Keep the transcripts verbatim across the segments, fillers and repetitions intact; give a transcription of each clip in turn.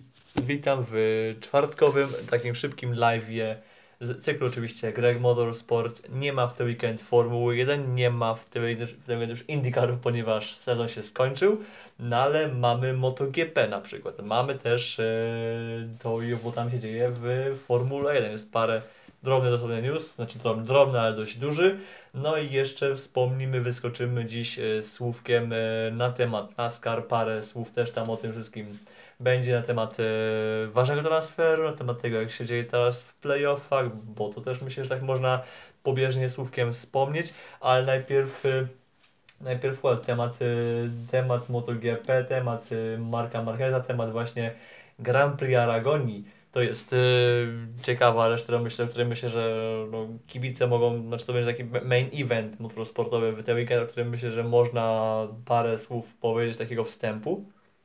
Witam w czwartkowym, takim szybkim live'ie z cyklu oczywiście Greg Motorsports. Nie ma w ten weekend Formuły jeden, nie ma w ten weekend, w ten weekend już IndyCarów, ponieważ sezon się skończył, no ale mamy MotoGP na przykład. Mamy też e, to, co tam się dzieje w Formule jeden. Jest parę drobnych dosłownie news, znaczy drobny, drobny, ale dość duży. No i jeszcze wspomnimy, wyskoczymy dziś e, słówkiem e, na temat NASCAR, parę słów też tam o tym wszystkim będzie na temat e, ważnego transferu, na temat tego, jak się dzieje teraz w playoffach, bo to też myślę, że tak można pobieżnie słówkiem wspomnieć, ale najpierw, e, najpierw well, temat, e, temat MotoGP, temat e, Marka Marqueza, temat właśnie Grand Prix Aragonii. To jest e, ciekawa rzecz, która myślę, o której myślę, że no, kibice mogą, znaczy to będzie taki main event motorsportowy w ten weekend, o którym myślę, że można parę słów powiedzieć, takiego wstępu.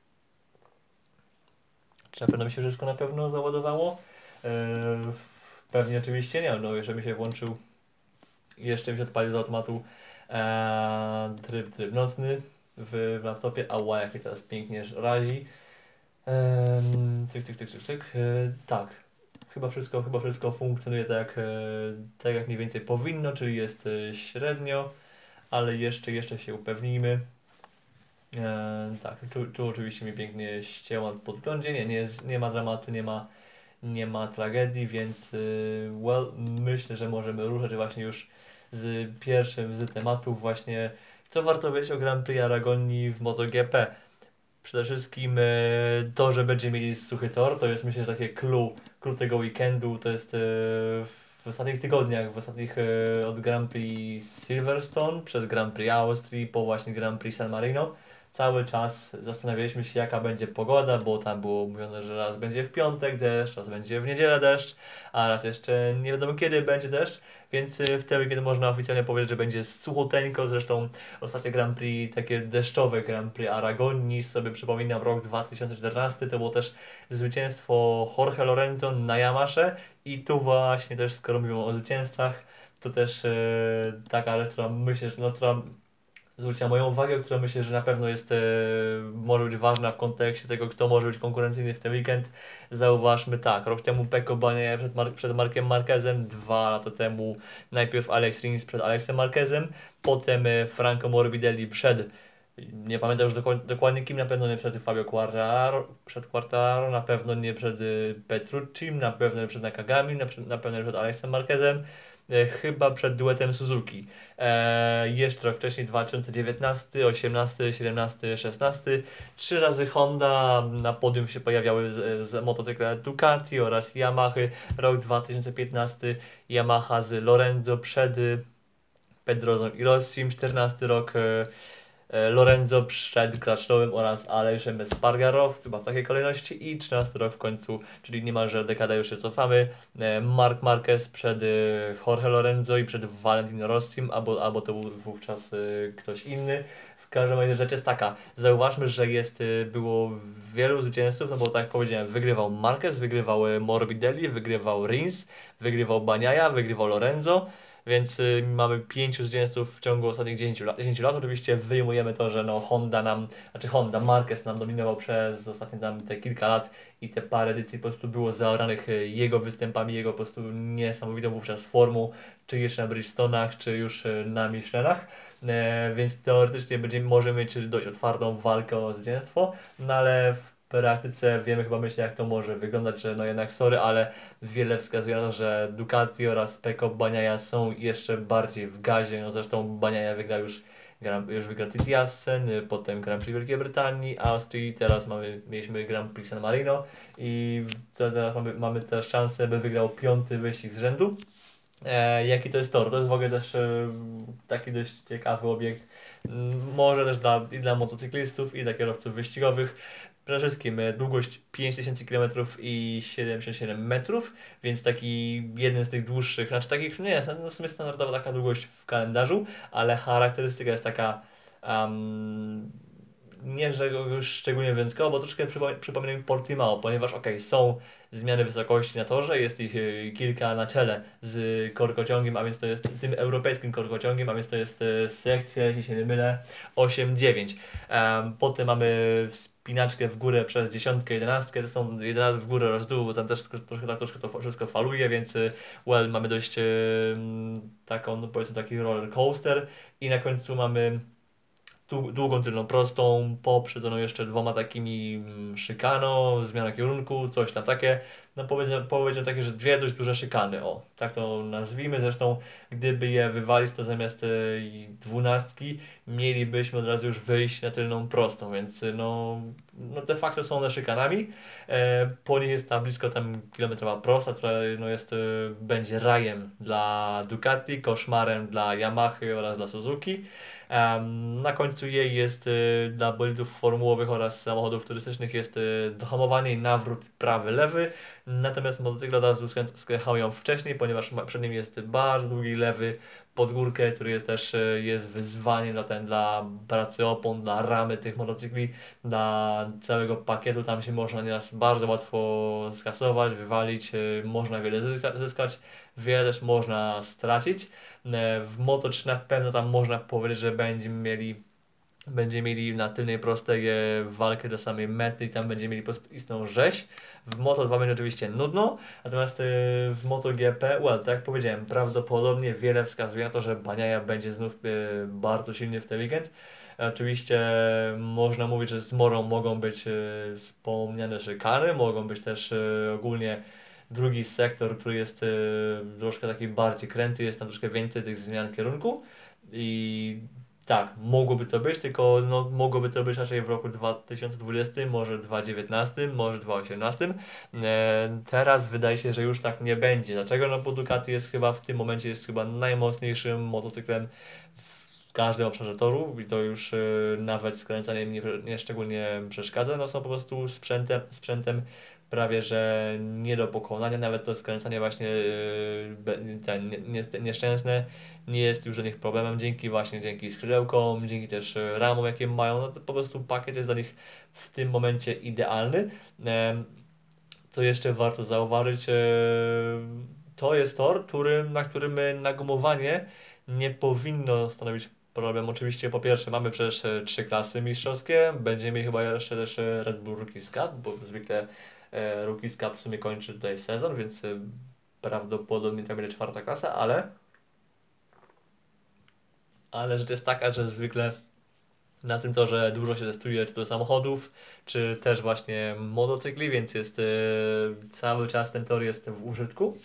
Czy na pewno mi się wszystko na pewno załadowało? Eee, pewnie oczywiście nie, no jeszcze mi się włączył, jeszcze mi się odpalił z automatu eee, tryb, tryb nocny w, w laptopie, ała jak mnie teraz pięknie razi. Eee, tyk, tyk, tyk, tyk, tyk. Eee, tak, chyba wszystko, chyba wszystko funkcjonuje tak, jak, e, tak jak mniej więcej powinno, czyli jest e, średnio, ale jeszcze, jeszcze się upewnijmy. Eee, tak, tu, tu oczywiście mi pięknie ścięło na podglądzie, nie, nie, jest, nie ma dramatu, nie ma nie ma tragedii, więc y, well, myślę, że możemy ruszać właśnie już z pierwszym z tematów właśnie, co warto wiedzieć o Grand Prix Aragonii w MotoGP. Przede wszystkim y, to, że będziemy mieli suchy tor, to jest myślę, że takie clue, clue tego weekendu, to jest y, w ostatnich tygodniach, w ostatnich y, od Grand Prix Silverstone przez Grand Prix Austrii po właśnie Grand Prix San Marino cały czas zastanawialiśmy się, jaka będzie pogoda, bo tam było mówione, że raz będzie w piątek deszcz, raz będzie w niedzielę deszcz, a raz jeszcze nie wiadomo kiedy będzie deszcz, więc y, w ten weekend można oficjalnie powiedzieć, że będzie suchoteńko. Zresztą ostatnie Grand Prix, takie deszczowe Grand Prix Aragonii, sobie przypominam rok dwa tysiące czternasty, to było też zwycięstwo Jorge Lorenzo na Yamasze i tu właśnie też, skoro mówimy o zwycięstwach, to też e, taka rzecz, która myślę, że no, która zwróciła moją uwagę, która myślę, że na pewno jest, e, może być ważna w kontekście tego, kto może być konkurencyjny w ten weekend. Zauważmy tak, rok temu Pecco Bagnaia przed, Mar- przed Markiem Marquezem, dwa lata temu najpierw Alex Rins przed Alexem Marquezem, potem e, Franco Morbidelli przed, nie pamiętam już dokładnie, dokładnie kim, na pewno nie przed Fabio Quartararo, przed Quartararo, na pewno nie przed e, Petruccim, na pewno nie przed Nakagami, na, przed- na pewno nie przed Alexem Marquezem, e, chyba przed duetem Suzuki. E, jeszcze rok wcześniej, dwa tysiące dziewiętnasty, osiemnasty, siedemnasty, szesnasty. Trzy razy Honda na podium się pojawiały z, z motocykla Ducati oraz Yamahy. Rok dwa tysiące piętnasty Yamaha z Lorenzo przed Pedrozą i Rossim. czternasty rok e, e, Lorenzo przed Crutchlowyem oraz Aleixem Espargaro, chyba w takiej kolejności, i trzynasty rok w końcu, czyli niemalże dekadę już się cofamy. E, Marc Marquez przed e, Jorge Lorenzo i przed Valentino Rossim, albo, albo to był wówczas e, ktoś inny. W każdym razie rzecz jest taka, zauważmy, że jest, e, było wielu zwycięzców, no bo tak jak powiedziałem, wygrywał Marquez, wygrywał e, Morbidelli, wygrywał Rins, wygrywał Bagnaia, wygrywał Lorenzo. Więc y, mamy pięciu zwycięzców w ciągu ostatnich dziesięć lat. dziesięć lat. Oczywiście wyjmujemy to, że no Honda nam, znaczy Honda, Marquez nam dominował przez ostatnie tam te kilka lat i te parę edycji po prostu było zaoranych y, jego występami, jego po prostu niesamowitą wówczas formą, czy jeszcze na Bridgestonach, czy już y, na Michelinach. E, więc teoretycznie będziemy, możemy mieć dość otwartą walkę o zwycięstwo, no ale w praktyce wiemy chyba myślę, jak to może wyglądać, że no jednak sorry, ale wiele wskazuje na to, że Ducati oraz Pecco Bagnaia są jeszcze bardziej w gazie. No zresztą Bagnaia wygrał już, Grand- już wygrał Titi Assen, y, potem Grand Prix Wielkiej Brytanii, Austrii, teraz mamy, mieliśmy Grand Prix San Marino i co teraz mamy, mamy też szansę, by wygrał piąty wyścig z rzędu. E, jaki to jest tor? To jest w ogóle też e, taki dość ciekawy obiekt. Mm, Może też dla, i dla motocyklistów, i dla kierowców wyścigowych. Przede wszystkim e, długość pięć tysięcy kilometrów i siedemdziesiąt siedem metrów, więc taki jeden z tych dłuższych, znaczy takich, nie jest, no w sumie standardowa taka długość w kalendarzu, ale charakterystyka jest taka um, nie, że go już szczególnie wyjątkowo, bo troszkę przypo- przypomina mi Portimao, ponieważ okej, są zmiany wysokości na torze, jest ich e, kilka na czele z korkociągiem, a więc to jest tym europejskim korkociągiem, a więc to jest e, sekcja, jeśli się nie mylę, osiem dziewięć. Em, potem mamy wspinaczkę w górę przez dziesiątkę, jedenastkę, to są jedenastkę w górę oraz w dół, bo tam też troszkę, tak, troszkę to wszystko faluje, więc y, well, mamy dość y, taką, no powiedzmy taki roller coaster i na końcu mamy dłu- długą tylną prostą, poprzedzoną jeszcze dwoma takimi mm, szykano, zmiana kierunku, coś tam takie. No powiedzmy, powiedzmy takie, że dwie dość duże szykany, o, tak to nazwijmy. Zresztą gdyby je wywalić, to zamiast y, i dwunastki mielibyśmy od razu już wyjść na tylną prostą, więc y, no, no de facto są one szykanami. E, po nich jest ta blisko tam kilometrowa prosta, która no jest, y, będzie rajem dla Ducati, koszmarem dla Yamahy oraz dla Suzuki. Em, Na końcu jej jest y, dla bolidów formułowych oraz samochodów turystycznych jest y, dohamowanie i nawrót prawy, lewy. Natomiast motocykl od razu skrę- skręcał ją wcześniej, ponieważ ma- przed nim jest bardzo długi lewy pod górkę, który jest też y, jest wyzwaniem dla, ten, dla pracy opon, dla ramy tych motocykli, dla całego pakietu. Tam się można nieraz bardzo łatwo skasować, wywalić, y, można wiele zyska- zyskać, wiele też można stracić. E, W Moto trzy na pewno tam można powiedzieć, że będziemy mieli, będziemy mieli na tylnej prostej e, walkę do samej mety i tam będziemy mieli po prostu istną rzeź. W Moto dwa będzie oczywiście nudno, natomiast e, w MotoGP, well, tak jak powiedziałem, prawdopodobnie wiele wskazuje na to, że Bagnaia będzie znów e, bardzo silny w ten weekend. Oczywiście można mówić, że z Morą mogą być e, wspomniane szykany, mogą być też e, ogólnie drugi sektor, który jest e, troszkę taki bardziej kręty, jest tam troszkę więcej tych zmian kierunku i tak, mogłoby to być, tylko no, mogłoby to być raczej w roku dwa tysiące dwudziestym, może dwa tysiące dziewiętnastym, może dwa tysiące osiemnastym. E, teraz wydaje się, że już tak nie będzie. Dlaczego? No bo Ducati jest chyba w tym momencie jest chyba najmocniejszym motocyklem w każdym obszarze toru i to już e, nawet skręcanie nie, nie szczególnie przeszkadza. No są po prostu sprzętem, sprzętem prawie że nie do pokonania, nawet to skręcanie właśnie yy, be- ten, nie, nie, nieszczęsne nie jest już dla nich problemem, dzięki właśnie dzięki skrzydełkom, dzięki też yy, ramom jakie mają, no to po prostu pakiet jest dla nich w tym momencie idealny. Em, Co jeszcze warto zauważyć, e, to jest tor, którym, na którym e, nagumowanie nie powinno stanowić problem. Oczywiście po pierwsze mamy przecież e, trzy klasy mistrzowskie, będziemy mieli chyba jeszcze też e, Red Bull Rookies Cup, bo zwykle e, Rookies Cup w sumie kończy tutaj sezon, więc e, prawdopodobnie to będzie czwarta klasa, ale, ale rzecz jest taka, że zwykle na tym torze dużo się testuje, czy to samochodów, czy też właśnie motocykli, więc jest e, cały czas ten tor jest w użytku.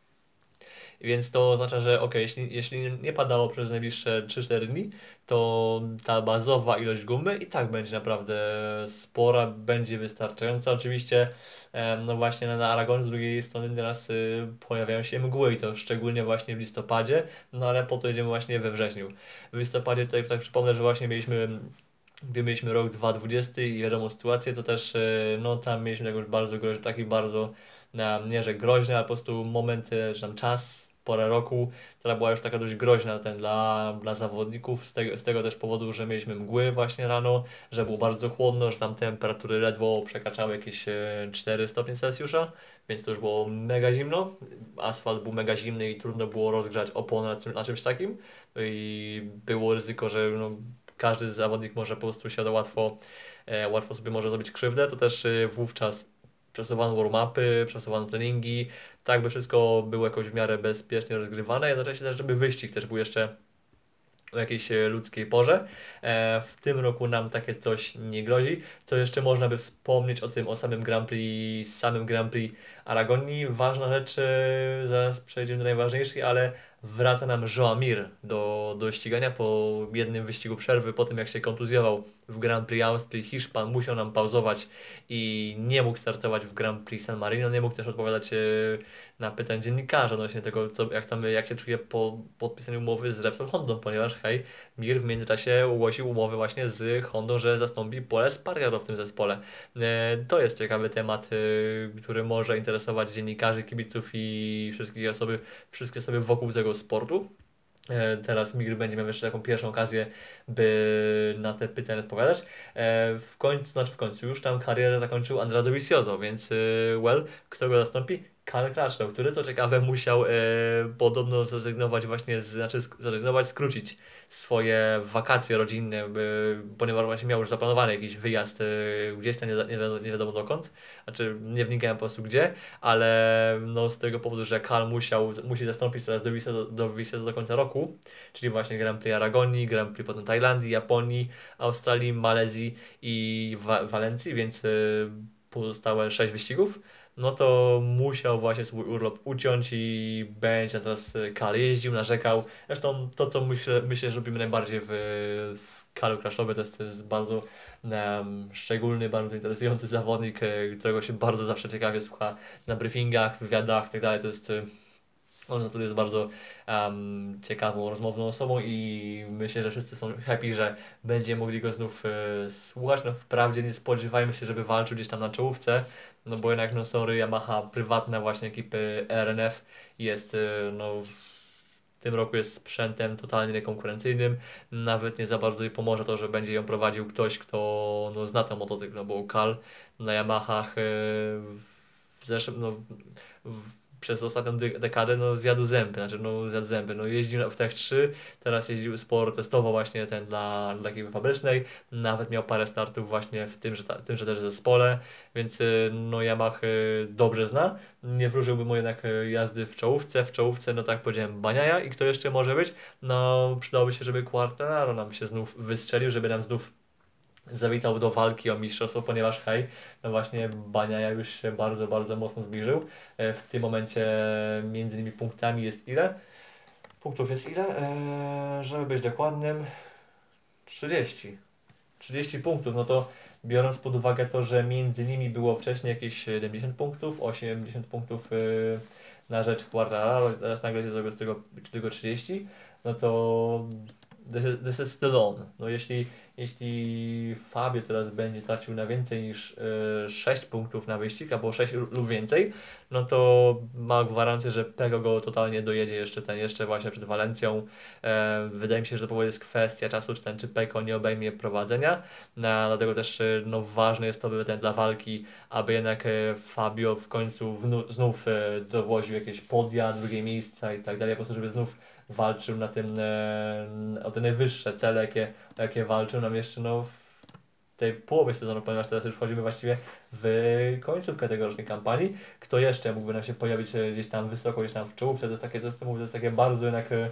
Więc to oznacza, że ok, jeśli, jeśli nie padało przez najbliższe trzy cztery dni, to ta bazowa ilość gumy i tak będzie naprawdę spora, będzie wystarczająca. Oczywiście, em, no właśnie na, na Aragonie z drugiej strony teraz y, pojawiają się mgły i to szczególnie właśnie w listopadzie, no ale po to jedziemy właśnie we wrześniu. W listopadzie tutaj tak przypomnę, że właśnie mieliśmy gdy mieliśmy rok dwa tysiące dwudziesty i wiadomo sytuację, to też e, no tam mieliśmy jakąś bardzo groźny, taki bardzo, e, nie że groźny, ale po prostu moment, e, czy tam czas, pora roku, która była już taka dość groźna ten dla, dla zawodników, z tego, z tego też powodu, że mieliśmy mgły właśnie rano, że było bardzo chłodno, że tam temperatury ledwo przekraczały jakieś e, cztery stopnie Celsjusza, więc to już było mega zimno, asfalt był mega zimny i trudno było rozgrzać opony na, czym, na czymś takim i było ryzyko, że no, każdy zawodnik może po prostu się łatwo, e, łatwo sobie może zrobić krzywdę, to też e, wówczas przesuwano warm-upy, przesuwano treningi, tak by wszystko było jakoś w miarę bezpiecznie rozgrywane, jednocześnie też, żeby wyścig też był jeszcze o jakiejś e, ludzkiej porze. E, w tym roku nam takie coś nie grozi. Co jeszcze można by wspomnieć o tym, o samym Grand Prix, samym Grand Prix Aragonii. Ważna rzecz, e, zaraz przejdziemy do najważniejszej, ale wraca nam Joan Mir do, do ścigania po jednym wyścigu przerwy, po tym jak się kontuzjował w Grand Prix Austrii. Hiszpan musiał nam pauzować i nie mógł startować w Grand Prix San Marino, nie mógł też odpowiadać e, na pytań dziennikarza odnośnie tego, co, jak, tam, jak się czuje po podpisaniu umowy z Repsol Hondą, ponieważ hej, Mir w międzyczasie ogłosił umowę właśnie z Hondą, że zastąpi Pole Espargaro w tym zespole. E, to jest ciekawy temat, e, który może interesować dziennikarzy, kibiców i wszystkie osoby, wszystkie osoby wokół tego sportu. E, Teraz Mir będzie miał jeszcze taką pierwszą okazję, by na te pytania odpowiadać. E, W końcu, znaczy w końcu, już tam karierę zakończył Andrea Dovizioso, więc e, well, kto go zastąpi? Karl Crutchlow, który to ciekawe musiał e, podobno zrezygnować właśnie, z, znaczy sk- zrezygnować, skrócić swoje wakacje rodzinne, by, ponieważ właśnie miał już zaplanowany jakiś wyjazd e, gdzieś tam, nie, nie, wiadomo, nie wiadomo dokąd, znaczy nie wnikałem po prostu gdzie, ale no z tego powodu, że Karl musiał, musi zastąpić teraz do Wisa do, do, Wisa do końca roku, czyli właśnie Grand Prix Aragonii, Grand Prix potem Tajlandii, Japonii, Australii, Malezji i Wa- Walencji, więc e, pozostałe sześć wyścigów, no to musiał właśnie swój urlop uciąć i będzie teraz Kal jeździł, narzekał. Zresztą to, co myślę, myślę że robimy najbardziej w, w Kalu Crashowe, to jest, to jest bardzo um, szczególny, bardzo interesujący zawodnik, e, którego się bardzo zawsze ciekawie słucha na briefingach, wywiadach itd. To jest, e, on naturalnie jest bardzo um, ciekawą, rozmowną osobą i myślę, że wszyscy są happy, że będziemy mogli go znów e, słuchać. No wprawdzie nie spodziewajmy się, żeby walczył gdzieś tam na czołówce, no bo jednak no sorry, Yamaha prywatna właśnie ekipy R N F jest e, no w tym roku jest sprzętem totalnie niekonkurencyjnym. Nawet nie za bardzo jej pomoże to, że będzie ją prowadził ktoś, kto no, zna ten motocykl, no bo Kal na Yamahach e, w zeszłym, no, w, przez ostatnią dy- dekadę no, zjadł zęby, znaczy no, zjadł zęby. No, jeździł na- w Tech trzy, teraz jeździł sporo, testował właśnie ten dla, dla ekipy fabrycznej, nawet miał parę startów właśnie w tymże, ta, tymże też zespole, więc y, no Yamaha y, dobrze zna. Nie wróżyłbym mu jednak y, jazdy w czołówce, w czołówce no tak jak powiedziałem Baniaja i kto jeszcze może być? No przydałoby się, żeby Quartararo nam się znów wystrzelił, żeby nam znów zawitał do walki o mistrzostwo, ponieważ hej, no właśnie Baniaja już się bardzo, bardzo mocno zbliżył. E, W tym momencie między nimi punktami jest ile? Punktów jest ile? Eee, żeby być dokładnym, trzydzieści. trzydzieści punktów, no to biorąc pod uwagę to, że między nimi było wcześniej jakieś siedemdziesiąt punktów, osiemdziesiąt punktów yy, na rzecz Quartararo, teraz nagle się zrobiło z tego tylko trzydzieści, no to this is, this is still on. No jeśli, jeśli Fabio teraz będzie tracił na więcej niż yy, sześć punktów na wyścig, albo sześć lub więcej, no to ma gwarancję, że Pego go totalnie dojedzie jeszcze ten, jeszcze właśnie przed Walencją. E, wydaje mi się, że to jest kwestia czasu, czy ten czy Peko nie obejmie prowadzenia. No, dlatego też e, no, ważne jest to, by ten dla walki, aby jednak e, Fabio w końcu wnu, znów e, dowoził jakieś podia, drugie miejsca i tak dalej, po prostu żeby znów walczył na tym, e, o te najwyższe cele, jakie, o jakie walczył nam jeszcze no, w tej połowie sezonu, ponieważ teraz już wchodzimy właściwie w końcówkę tegorocznej kampanii. Kto jeszcze mógłby nam się pojawić e, gdzieś tam wysoko, gdzieś tam w czołówce, to jest takie, to jest, mówię, to jest takie bardzo jednak e,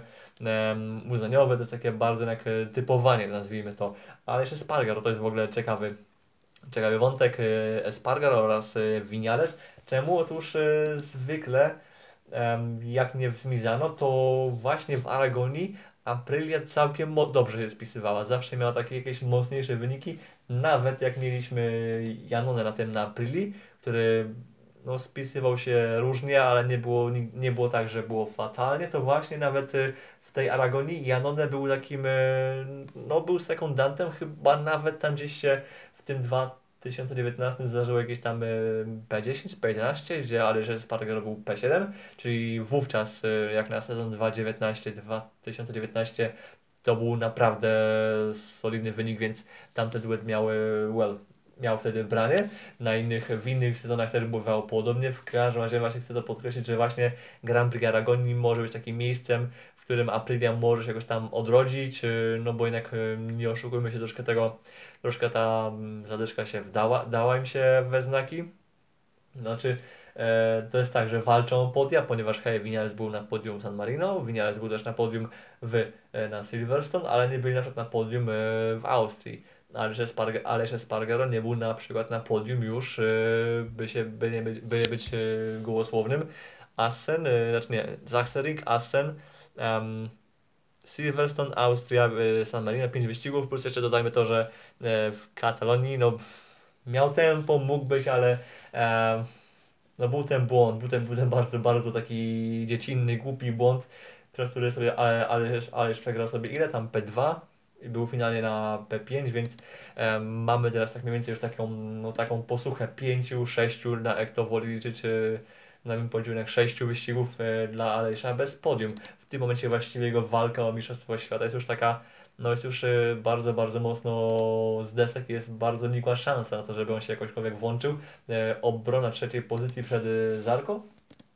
em, uznaniowe, to jest takie bardzo jednak e, typowanie, nazwijmy to. Ale jeszcze Spargaro to jest w ogóle ciekawy, ciekawy wątek. e, Espargaro oraz e, Vinales. Czemu? Otóż e, zwykle em, jak nie w Mizano, to właśnie w Aragonii Aprilia całkiem mo- dobrze się spisywała. Zawsze miała takie jakieś mocniejsze wyniki. Nawet jak mieliśmy Janone na tym na Aprilii, który no, spisywał się różnie, ale nie było, ni- nie było tak, że było fatalnie, to właśnie nawet y, w tej Aragonii Janone był takim, y, no był sekundantem, chyba nawet tam gdzieś się w tym dwa tysiące dziewiętnastym zdarzyło jakieś tam y, P dziesięć, P jedenaście, gdzie Aleix Spargaro był P siedem, czyli wówczas y, jak na sezon dwa tysiące dziewiętnaście dwa tysiące dziewiętnaście to był naprawdę solidny wynik, więc tamte duet miały, well, miał wtedy branie. Na innych, w innych sezonach też bywało podobnie. W każdym razie właśnie chcę to podkreślić, że właśnie Grand Prix Aragonii może być takim miejscem, w którym Aprilia może się jakoś tam odrodzić, y, no bo jednak y, nie oszukujmy się, troszkę tego, troszkę ta mm, zadyszka się wdała, dała im się we znaki. Znaczy, e, to jest tak, że walczą o podia, ponieważ hej, Vinales był na podium San Marino, Vinales był też na podium w, e, na Silverstone, ale nie byli na przykład na podium e, w Austrii. Aleix Esparg- Aleix Espargaro nie był na przykład na podium już, e, by się, by nie być, by nie być e, gołosłownym. Assen, e, znaczy nie, Sachsenring, Assen, em, Silverstone, Austria, e, San Marino, pięć wyścigów, plus jeszcze dodajmy to, że e, w Katalonii, no miał tempo, mógł być, ale em, no był ten błąd, był ten, był ten bardzo, bardzo taki dziecinny, głupi błąd, przez który sobie Ale- Alesz, Alesz przegrał sobie ile tam, P dwa i był finalnie na P pięć, więc em, mamy teraz tak mniej więcej już taką, no, taką posłuchę pięciu, sześciu, na, jak to woli liczyć, e, na bym powiedział, jak sześciu wyścigów e, dla Alesza bez podium. W tym momencie właściwie jego walka o Mistrzostwo Świata jest już taka, no jest już e, bardzo, bardzo mocno z desek, jest bardzo nikła szansa na to, żeby on się jakośkolwiek włączył. E, obrona trzeciej pozycji przed e, Zarko.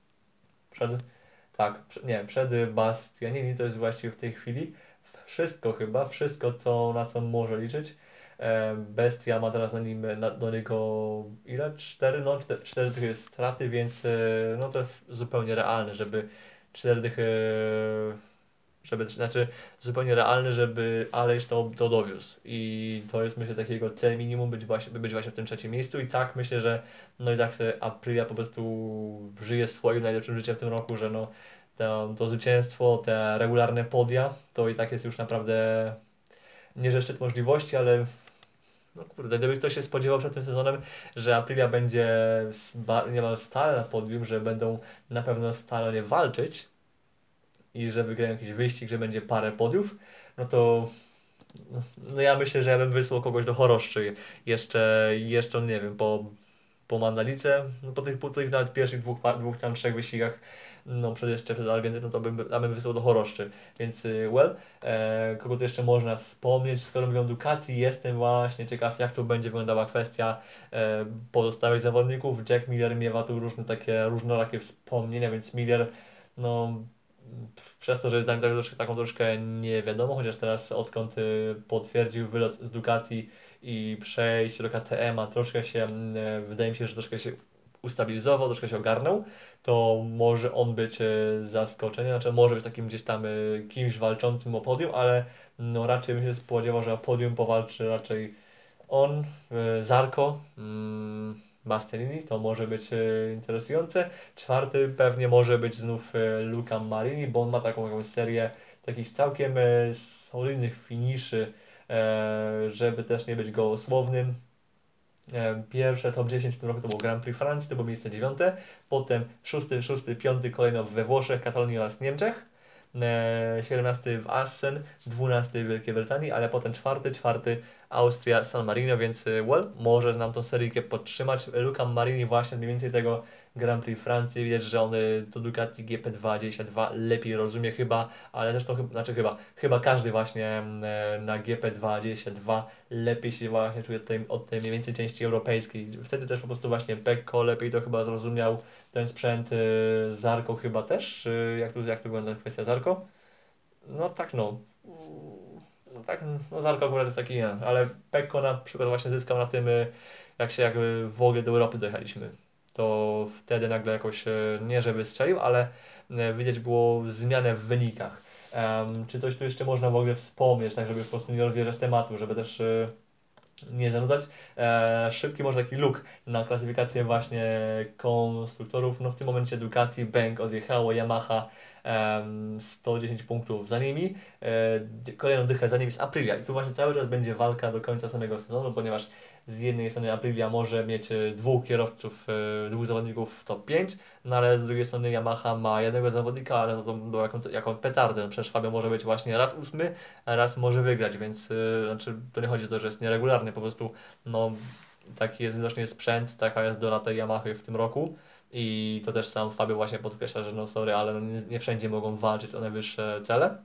przed, tak, prze, nie, przed Bastianini to jest właściwie w tej chwili wszystko chyba, wszystko co, na co może liczyć. E, Bestia ma teraz na nim, na, do niego ile? Cztery, no cztery, cztery dychy straty, więc e, no to jest zupełnie realne, żeby cztery dychy, żeby, znaczy zupełnie realne, żeby Aleix to, to dowiózł. I to jest myślę takiego cel minimum, być właśnie, by być właśnie w tym trzecim miejscu. I tak myślę, że no i tak sobie Aprilia po prostu żyje swoim najlepszym życiem w tym roku, że no to, to zwycięstwo, te regularne podia, to i tak jest już naprawdę nie że szczyt możliwości, ale no kurde, gdyby ktoś się spodziewał przed tym sezonem, że Aprilia będzie s- ba- niemal stale na podium, że będą na pewno stale o nie walczyć i że wygrają jakiś wyścig, że będzie parę podiów, no to no, no ja myślę, że ja bym wysłał kogoś do Choroszczy jeszcze, jeszcze nie wiem, po po Mandalice, no po tych, po tych nawet pierwszych dwóch, pa- dwóch tam trzech wyścigach, no przed jeszcze przed Argentyną, to bym, ja bym wysłał do Choroszczy. Więc y, well, e, kogo tu jeszcze można wspomnieć, skoro mówią Ducati, jestem właśnie ciekaw jak tu będzie wyglądała kwestia e, pozostałych zawodników. Jack Miller miewa tu różne takie różnorakie wspomnienia, więc Miller, no przez to, że jest tam tak troszkę, taką troszkę nie wiadomo, chociaż teraz odkąd y, potwierdził wylot z Ducati i przejście do K T M, a troszkę się, mm, e, wydaje mi się, że troszkę się ustabilizował, troszkę się ogarnął, to może on być e, zaskoczeniem, znaczy może być takim gdzieś tam e, kimś walczącym o podium, ale no raczej bym się spodziewał, że o podium powalczy raczej on, e, Zarco, mm, Bastianini, to może być e, interesujące. Czwarty pewnie może być znów e, Luca Marini, bo on ma taką jakąś serię takich całkiem e, solidnych finiszy, e, żeby też nie być gołosłownym. E, Pierwsze top dziesięć w tym roku to było Grand Prix Francji, to było miejsce dziewiąte, potem szósty, szósty, piąty kolejno we Włoszech, Katalonii oraz Niemczech, e, siedemnasty w Assen, dwunasty w Wielkiej Brytanii, ale potem czwarty, czwarty Austria, San Marino, więc e, well, może nam tą seryjkę podtrzymać. Luca Marini właśnie mniej więcej tego Grand Prix Francji, widać, że on y, to Ducati G P dwadzieścia dwa lepiej rozumie chyba, ale zresztą chyba, znaczy chyba, chyba każdy właśnie mm, e, na G P dwadzieścia dwa lepiej się właśnie czuje tutaj, od tej mniej więcej części europejskiej. Wtedy też po prostu właśnie Pecco lepiej to chyba zrozumiał ten sprzęt, y, Zarco chyba też, y, jak tu, jak tu wygląda kwestia Zarco? No tak no. Mm, No tak, no Zarco akurat jest taki, nie, ale Pecco na przykład właśnie zyskał na tym, y, jak się jakby w ogóle do Europy dojechaliśmy. To wtedy nagle jakoś, y, nie żeby strzelił, ale y, widać było zmianę w wynikach. Em, czy coś tu jeszcze można w ogóle wspomnieć, tak żeby po prostu nie rozjeżdżać tematu, żeby też y, nie zanudzać. E, szybki może taki look na klasyfikację właśnie konstruktorów. No w tym momencie Ducati, Bank odjechało, Yamaha em, sto dziesięć punktów za nimi. E, kolejną dychę za nimi jest Aprilia. I tu właśnie cały czas będzie walka do końca samego sezonu, ponieważ z jednej strony Aprilia może mieć e, dwóch kierowców, e, dwóch zawodników w top pięć, no ale z drugiej strony Yamaha ma jednego zawodnika, ale to, to było jaką, jaką petardę. No przecież Fabio może być właśnie raz ósmy, a raz może wygrać, więc yy, znaczy, to nie chodzi o to, że jest nieregularny, po prostu no, taki jest widocznie sprzęt, taka jest dola tej Yamahy w tym roku i to też sam Fabio właśnie podkreśla, że no sorry, ale no, nie, nie wszędzie mogą walczyć o najwyższe cele,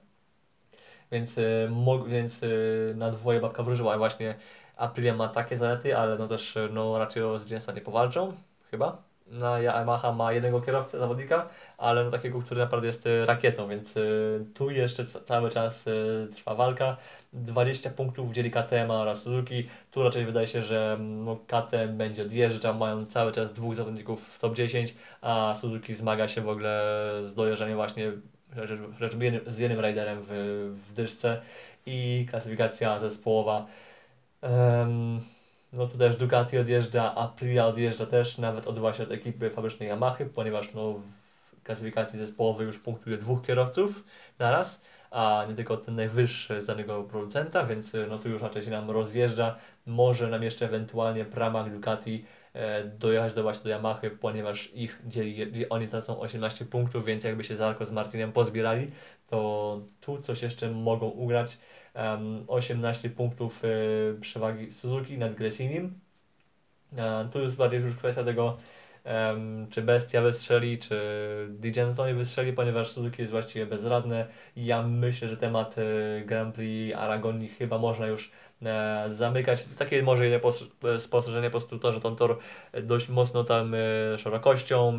więc, yy, mo- więc yy, na dwoje babka wróżyła. Właśnie Aprilia ma takie zalety, ale no też yy, no, raczej o zwycięstwa nie powalczą, chyba. No, Yamaha ma jednego kierowcę, zawodnika, ale no, takiego, który naprawdę jest y, rakietą, więc y, tu jeszcze ca- cały czas y, trwa walka. dwadzieścia punktów dzieli K T M oraz Suzuki. Tu raczej wydaje się, że mm, no, K T M będzie odjeżdżał, mają cały czas dwóch zawodników w top dziesięć, a Suzuki zmaga się w ogóle z dojeżdżaniem właśnie rzecz, rzecz jednym, z jednym riderem w, w dyszce i klasyfikacja zespołowa. Em, no tu też Ducati odjeżdża, Aprilia odjeżdża też, nawet odbyła się od ekipy fabrycznej Yamahy, ponieważ no, w klasyfikacji zespołowej już punktuje dwóch kierowców naraz, a nie tylko ten najwyższy z danego producenta, więc no tu już raczej się nam rozjeżdża. Może nam jeszcze ewentualnie Pramac Ducati e, dojechać do właśnie do Yamahy, ponieważ ich dzieli, gdzie oni tracą osiemnaście punktów, więc jakby się Zarco z Martinem pozbierali, to tu coś jeszcze mogą ugrać. Em, osiemnaście punktów e, przewagi Suzuki nad Gressinim. E, tu jest bardziej już kwestia tego, em, czy Bestia wystrzeli, czy Di Giannantonio wystrzeli, ponieważ Suzuki jest właściwie bezradne i ja myślę, że temat e, Grand Prix Aragonii chyba można już e, zamykać. Takie może jedyne pos- spostrzeżenie po prostu to, że ten tor dość mocno tam e, szerokością,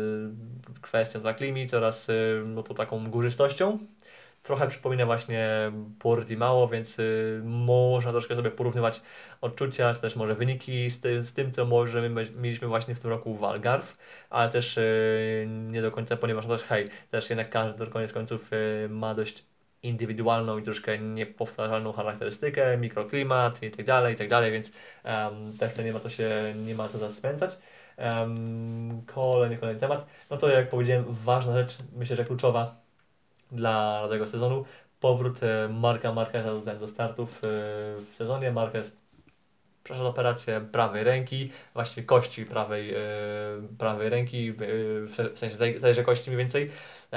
e, kwestią track limits oraz e, no to taką górzystością. Trochę przypomina właśnie Portimao, więc y, można troszkę sobie porównywać odczucia, czy też może wyniki z, ty, z tym, co może my mieliśmy właśnie w tym roku w Algarve, ale też y, nie do końca, ponieważ no też hej, też jednak każdy do koniec końców y, ma dość indywidualną i troszkę niepowtarzalną charakterystykę, mikroklimat i tak dalej, i tak dalej, więc um, też to nie ma co się, nie ma co zaspędzać. Um, kolejny, kolejny temat. No to jak powiedziałem, ważna rzecz, myślę, że kluczowa dla tego sezonu. Powrót e, Marka Marqueza do, do startów e, w sezonie. Marquez przeszedł operację prawej ręki, właściwie kości prawej, e, prawej ręki, e, w sensie tej, tejże kości mniej więcej.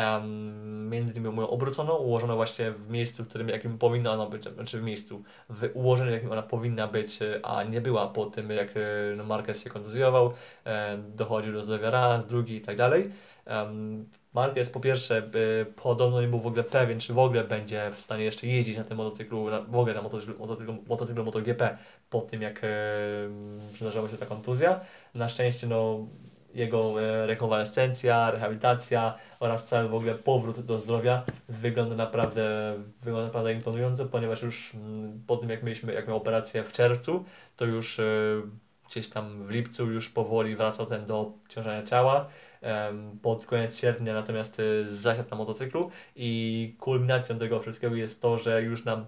Um, między innymi ją obrócono, ułożono właśnie w miejscu, w którym jakim powinna ona być, znaczy w miejscu, w ułożeniu, jakim ona powinna być, e, a nie była po tym, jak e, no Marquez się kontuzjował, e, dochodził do zdrowia raz, drugi i tak dalej. Um, Marquez po pierwsze y, podobno nie był w ogóle pewien, czy w ogóle będzie w stanie jeszcze jeździć na tym motocyklu, na, w ogóle na motocyklu, motocyklu, motocyklu MotoGP po tym, jak y, przydarzyła się ta kontuzja. Na szczęście no, jego y, rekonwalescencja, rehabilitacja oraz cały w ogóle powrót do zdrowia wygląda naprawdę, wygląda naprawdę imponująco, ponieważ już mm, po tym, jak mieliśmy jak miał operację w czerwcu, to już y, gdzieś tam w lipcu już powoli wracał ten do obciążenia ciała. Pod koniec sierpnia natomiast y, zasiadł na motocyklu i kulminacją tego wszystkiego jest to, że już nam e,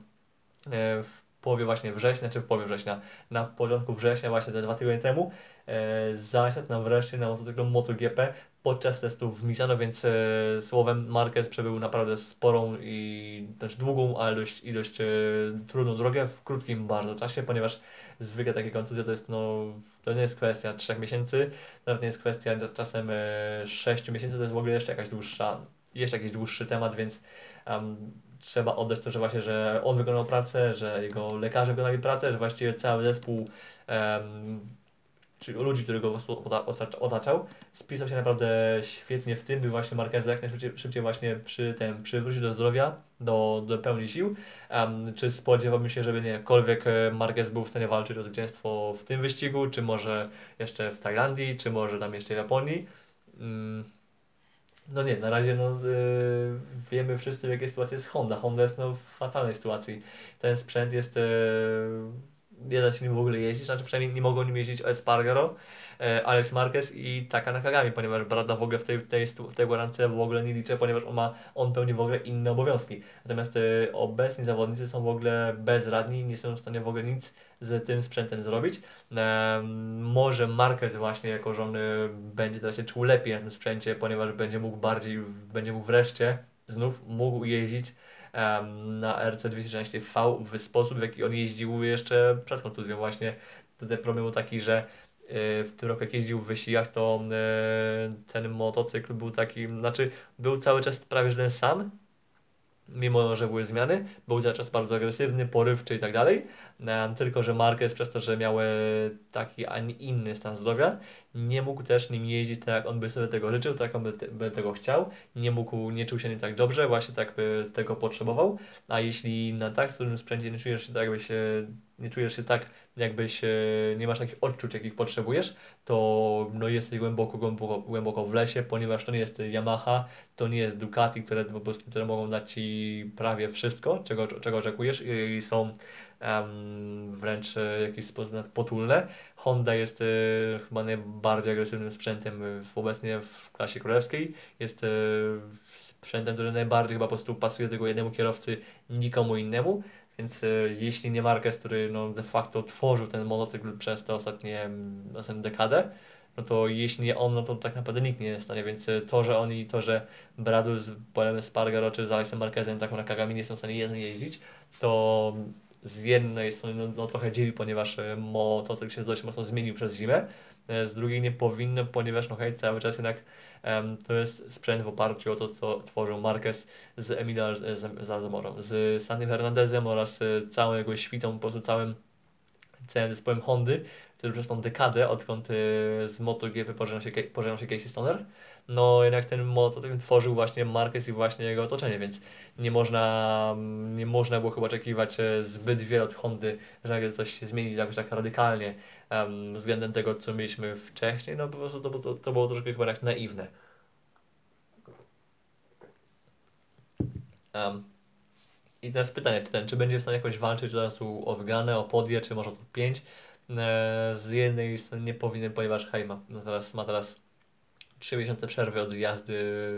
w połowie właśnie września, czy w połowie września, na początku września, właśnie te dwa tygodnie temu, e, zasiadł nam wreszcie na motocyklu MotoGP podczas testów w Misano, więc e, słowem Marquez przebył naprawdę sporą i też długą, ale dość, i dość e, trudną drogę w krótkim bardzo czasie, ponieważ zwykle takie kontuzje to jest no, to nie jest kwestia trzech miesięcy, nawet nie jest kwestia czasem e, sześciu miesięcy, to jest w ogóle jeszcze jakaś dłuższa, jeszcze jakiś dłuższy temat, więc um, trzeba oddać to, że właśnie, że on wykonał pracę, że jego lekarze wykonali pracę, że właściwie cały zespół em, czy ludzi, których go po prostu ota- otacza- otaczał, spisał się naprawdę świetnie w tym, by właśnie Marquez jak najszybciej szybciej właśnie przy tym przywrócić do zdrowia, do, do pełni sił. Em, czy spodziewałbym się, żeby nie jakkolwiek e, Marquez był w stanie walczyć o zwycięstwo w tym wyścigu, czy może jeszcze w Tajlandii, czy może tam jeszcze w Japonii? Mm, no nie, na razie no, yy, wiemy wszyscy w jakiej sytuacji jest Honda. Honda jest no, w fatalnej sytuacji. Ten sprzęt jest, yy, nie da się nim w ogóle jeździć, znaczy przynajmniej nie mogą nim jeździć Espargaro, yy, Alex Marquez i Taka Nakagami, ponieważ Brada w ogóle w tej, w tej, stu- w tej guarance w ogóle nie liczę, ponieważ on ma, on pełni w ogóle inne obowiązki. Natomiast yy, obecni zawodnicy są w ogóle bezradni, nie są w stanie w ogóle nic z tym sprzętem zrobić. Em, może Marquez właśnie jako żony będzie teraz się czuł lepiej na tym sprzęcie, ponieważ będzie mógł bardziej, będzie mógł wreszcie znów mógł jeździć em, na R C dwieście trzynaście V w sposób, w jaki on jeździł jeszcze przed kontuzją właśnie. Ten problem był taki, że e, w tym roku jak jeździł w wyścigach, to e, ten motocykl był taki, znaczy był cały czas prawie że ten sam, mimo że były zmiany, był cały czas bardzo agresywny, porywczy i tak dalej. E, Tylko, że Marquez przez to, że miał e, taki, a nie inny stan zdrowia, nie mógł też nim jeździć tak, jak on by sobie tego życzył, tak jak on by, te, by tego chciał. Nie mógł, nie czuł się nie tak dobrze, właśnie tak by tego potrzebował. A jeśli na tak trudnym sprzęcie nie czujesz się tak, jakbyś się, nie czujesz się tak, jakbyś e, nie masz takich odczuć, jakich potrzebujesz, to no, jesteś głęboko, głęboko, głęboko w lesie, ponieważ to nie jest Yamaha, to nie jest Ducati, które po prostu, które mogą dać Ci prawie wszystko, czego, czego oczekujesz i są em, wręcz w jakiś sposób nawet potulne. Honda jest e, chyba najbardziej agresywnym sprzętem w, obecnie w klasie królewskiej. Jest e, sprzętem, który najbardziej chyba po prostu pasuje tego jednemu kierowcy, nikomu innemu. Więc e, jeśli nie Marquez, który no, de facto tworzył ten motocykl przez te ostatnie, mm, ostatnią dekadę, no to jeśli nie on, no to tak naprawdę nikt nie jest w stanie, więc e, to, że oni, to, że Bradu z Polem Espargaro czy z Alexem Marquezem taką Nakagami nie są w stanie jedno jeździć, to z jednej strony no, no trochę dziwi, ponieważ e, motocykl się dość mocno zmienił przez zimę, e, z drugiej nie powinno, ponieważ no hej, cały czas jednak em, to jest sprzęt w oparciu o to, co tworzył Marquez z Emilio Zamorą, z Sanym Hernandezem oraz e, całą jego świtą, po prostu całym całym zespołem Hondy, który przez tą dekadę, odkąd y, z MotoGP pożegnał się, Ke- pożegnał się Casey Stoner, no jednak ten mototyp tworzył właśnie Marquez i właśnie jego otoczenie, więc nie można, nie można było chyba oczekiwać e, zbyt wiele od Hondy, że nagle coś się zmieni jakoś tak radykalnie em, względem tego, co mieliśmy wcześniej, no po prostu to, to, to było troszkę chyba tak naiwne. Em, I teraz pytanie, czy, ten, czy będzie w stanie jakoś walczyć od razu o wygrane, o podje, czy może o top pięć? E, z jednej strony nie powinien, ponieważ hej, ma, no teraz, ma teraz trzy miesiące przerwy od jazdy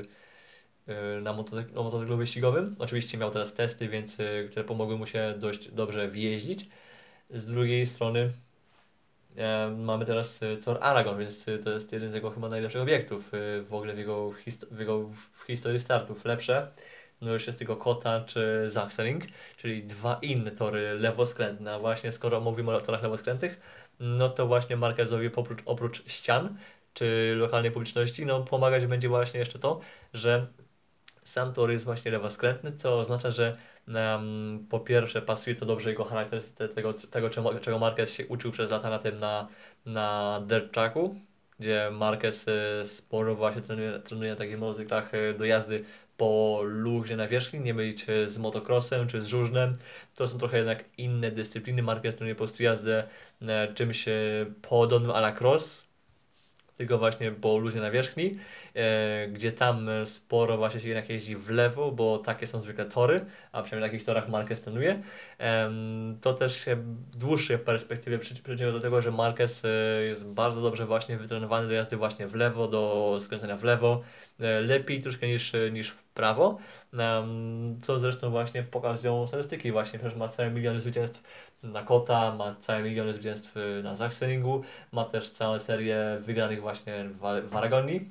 e, na motocy- na motocyklu wyścigowym. Oczywiście miał teraz testy, więc, e, które pomogły mu się dość dobrze wjeździć. Z drugiej strony e, mamy teraz e, Tor Aragon, więc e, to jest jeden z jego chyba najlepszych obiektów e, w ogóle w jego, hist- w jego w historii startów. Lepsze no już jest tylko Kota czy Sachsenring, czyli dwa inne tory lewoskrętne. A właśnie skoro mówimy o torach lewoskrętnych, no to właśnie Marquezowi oprócz, oprócz ścian czy lokalnej publiczności, no pomagać będzie właśnie jeszcze to, że sam tor jest właśnie lewoskrętny, co oznacza, że um, po pierwsze pasuje to dobrze jego charakterystyce tego, tego czego, czego Marquez się uczył przez lata na tym na, na dirt tracku, gdzie Marquez y, sporo właśnie trenuje, trenuje na takich motocyklach y, do jazdy po luźnie na wierzchni, nie mylić y, z motocrossem czy z żużlem. To są trochę jednak inne dyscypliny. Marquez trenuje po prostu jazdę y, czymś y, podobnym a la cross, tylko właśnie po luźnie na wierzchni, e, gdzie tam e, sporo właśnie się jednak jeździ w lewo, bo takie są zwykle tory, a przynajmniej na takich torach Marquez trenuje. Em, to też się w dłuższej perspektywie przy- przyczyniło do tego, że Marquez e, jest bardzo dobrze właśnie wytrenowany do jazdy właśnie w lewo, do skręcenia w lewo, e, lepiej troszkę niż, niż w prawo, em, co zresztą właśnie pokazują statystyki właśnie, przecież ma całe miliony zwycięstw na Kota, ma całe miliony zwycięstw y, na Sachsenringu, ma też całą serię wygranych właśnie w, w Aragonii.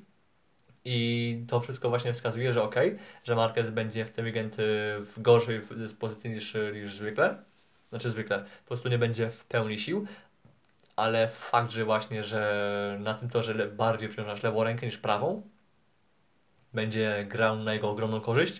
I to wszystko właśnie wskazuje, że okej, okay, że Marquez będzie w ten weekend y, w gorszej dyspozycji niż, niż zwykle. Znaczy zwykle, po prostu nie będzie w pełni sił, ale fakt, że właśnie, że na tym torze le- bardziej przyciągasz lewą rękę niż prawą, będzie grał na jego ogromną korzyść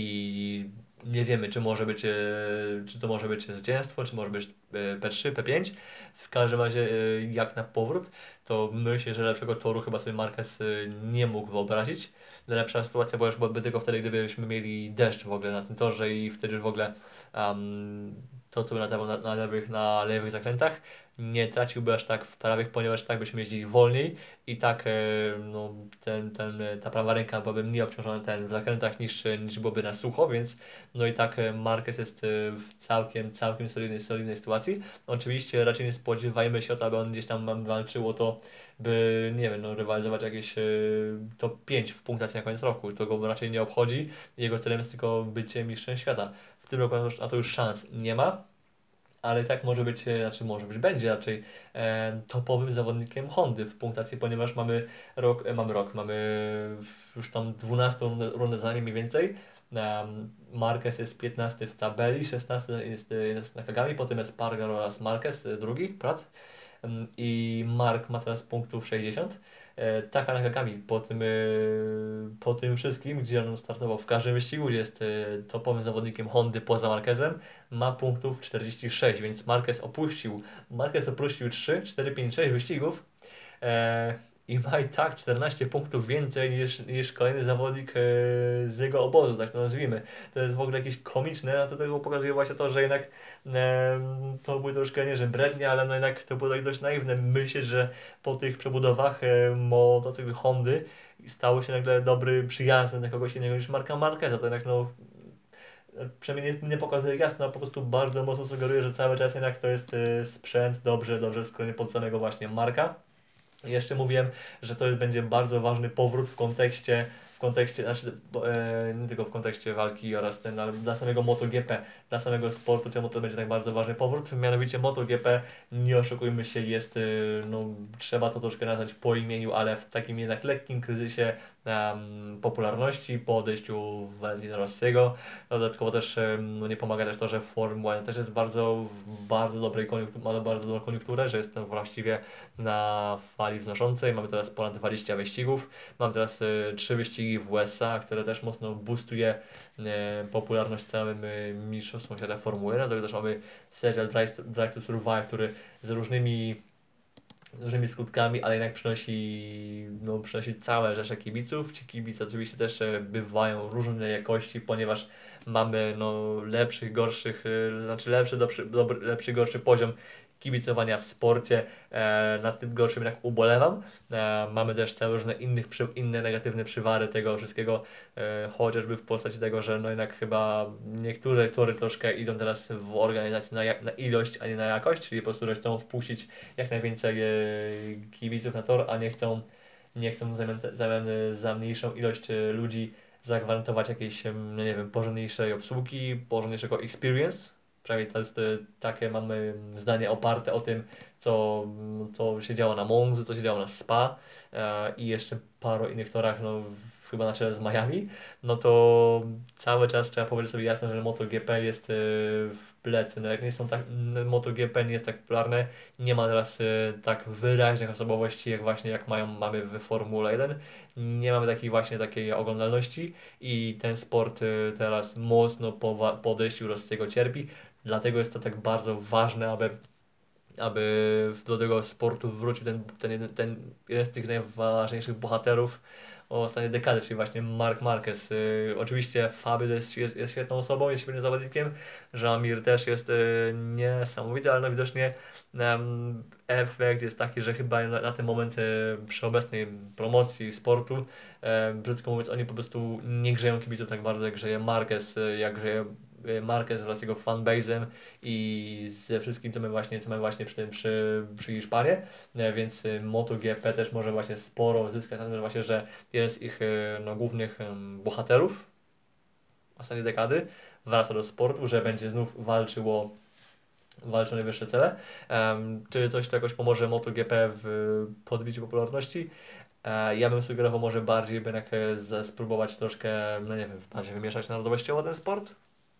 i nie wiemy, czy może być, e, czy to może być zwycięstwo, czy może być e, P trzy, P pięć. W każdym razie, e, jak na powrót, to myślę, że lepszego toru chyba sobie Marquez e, nie mógł wyobrazić. Lepsza sytuacja była już byłaby tylko wtedy, gdybyśmy mieli deszcz w ogóle na tym torze i wtedy już w ogóle um, to, co by latało na, na, lewych, na lewych zakrętach, nie traciłby aż tak w prawych, ponieważ tak byśmy jeździli wolniej i tak e, no, ten, ten, e, ta prawa ręka byłaby mniej obciążona ten w zakrętach niż, e, niż byłoby na sucho, więc no i tak e, Marquez jest e, w całkiem, całkiem solidnej, solidnej sytuacji. Oczywiście raczej nie spodziewajmy się o to, aby on gdzieś tam walczył o to, by, nie wiem, no, rywalizować jakieś e, top pięć w punktacji na koniec roku. To go raczej nie obchodzi. Jego celem jest tylko bycie mistrzem świata. W tym roku na to, na to już szans nie ma, ale tak może być, e, znaczy może być, będzie raczej e, topowym zawodnikiem Hondy w punktacji, ponieważ mamy rok, e, mamy rok, mamy już tam dwunastą rundę, rundę za nim mniej więcej. Um, Marquez jest piętnasty w tabeli, szesnasty jest, e, jest na Kagami, potem jest Pargar oraz Marquez, e, drugi, Prat. Em, I Mark ma teraz punktów sześćdziesiąt. E, Taka Nakagami po tym, e, po tym wszystkim, gdzie on startował w każdym wyścigu, gdzie jest e, topowym zawodnikiem Hondy poza Marquezem, ma punktów czterdzieści sześć, więc Marquez opuścił, Marquez opuścił trzy, cztery, pięć, sześć wyścigów e, i ma i tak czternaście punktów więcej niż, niż kolejny zawodnik e, z jego obozu, tak to nazwijmy. To jest w ogóle jakieś komiczne, a do tego pokazuje właśnie to, że jednak e, to były troszkę nie, że brednie, ale no jednak to było tak dość naiwne myśleć, że po tych przebudowach e, motocykl Hondy stało się nagle dobry, przyjazny dla kogoś innego niż Marka Marqueza. To jednak no przynajmniej nie, nie pokazuje jasno, a po prostu bardzo mocno sugeruje, że cały czas jednak to jest y, sprzęt dobrze, dobrze skrojony pod samego właśnie Marka. I jeszcze mówiłem, że to będzie bardzo ważny powrót w kontekście, w kontekście, znaczy bo, e, nie tylko w kontekście walki oraz ten, ale dla samego MotoGP, dla samego sportu, czemu to będzie tak bardzo ważny powrót. Mianowicie MotoGP, nie oszukujmy się, jest, e, no trzeba to troszkę nazwać po imieniu, ale w takim jednak lekkim kryzysie em, popularności po odejściu Valentina Rossiego. Dodatkowo też em, no nie pomaga też to, że Formuła jeden też jest bardzo, w bardzo dobrej koniunkturze, ma bardzo dobrą koniunkturę, że jest tam właściwie na fali wznoszącej. Mamy teraz ponad dwadzieścia wyścigów. Mam teraz y, trzy wyścigi w U S A, które też mocno boostuje y, popularność całym y, mistrzostwom świata Formuły jeden. Dlatego też mamy serial Drive to, Drive to Survive, który z różnymi dużymi skutkami, ale jednak przynosi, no, przynosi całe rzesze kibiców. Ci kibice oczywiście też e, bywają różnej jakości, ponieważ mamy no, lepszych, gorszych, e, znaczy lepszy, dobry, dobry, lepszy, gorszy poziom kibicowania w sporcie. E, nad tym gorszym jednak ubolewam. E, mamy też całe różne innych, przy, inne negatywne przywary tego wszystkiego, e, chociażby w postaci tego, że no jednak chyba niektóre tory troszkę idą teraz w organizacji na, jak- na ilość, a nie na jakość, czyli po prostu, że chcą wpuścić jak najwięcej e, kibiców na tor, a nie chcą, nie chcą w zamian, zamian za mniejszą ilość e, ludzi zagwarantować jakiejś, em, no nie wiem, porządniejszej obsługi, porządniejszego experience. Przynajmniej to jest e, takie mamy zdanie oparte o tym, co, mm, co się działo na Monzy, co się działo na Spa e, i jeszcze paru innych torach, no w, chyba na czele z Miami, no to cały czas trzeba powiedzieć sobie jasno, że MotoGP jest e, w plecy. No jak nie są tak, n- MotoGP nie jest tak popularne, nie ma teraz e, tak wyraźnych osobowości, jak właśnie jak mają, mamy w Formule jeden. Nie mamy takiej właśnie takiej oglądalności i ten sport e, teraz mocno po, wa- po odejściu Rossiego cierpi. Dlatego jest to tak bardzo ważne, aby aby do tego sportu wrócił ten, ten, jeden- ten jeden z tych najważniejszych bohaterów ostatniej dekady, czyli właśnie Marc Marquez. Y, oczywiście Fabio jest, jest, jest świetną osobą, jest świetnym zawodnikiem, Jamir też jest y, niesamowity, ale no widocznie em, efekt jest taki, że chyba na, na ten moment y, przy obecnej promocji sportu, e, brzydko mówiąc, oni po prostu nie grzeją kibiców tak bardzo, jak grzeje Marquez, y, jak grzeje y, Marquez wraz z jego fanbase'em i ze wszystkim, co my właśnie, co my właśnie przy tym, przy, przy Hiszpanii, e, więc y, MotoGP też może właśnie sporo zyskać na tym, że właśnie, że jeden z ich e, no, głównych em, bohaterów ostatniej dekady wraca do sportu, że będzie znów walczył o walczy o najwyższe cele. Em, czy coś to jakoś pomoże MotoGP w podbiciu popularności? E, ja bym sugerował może bardziej by jednak e, z- spróbować troszkę, no nie wiem, bardziej wymieszać narodowościowo ten sport,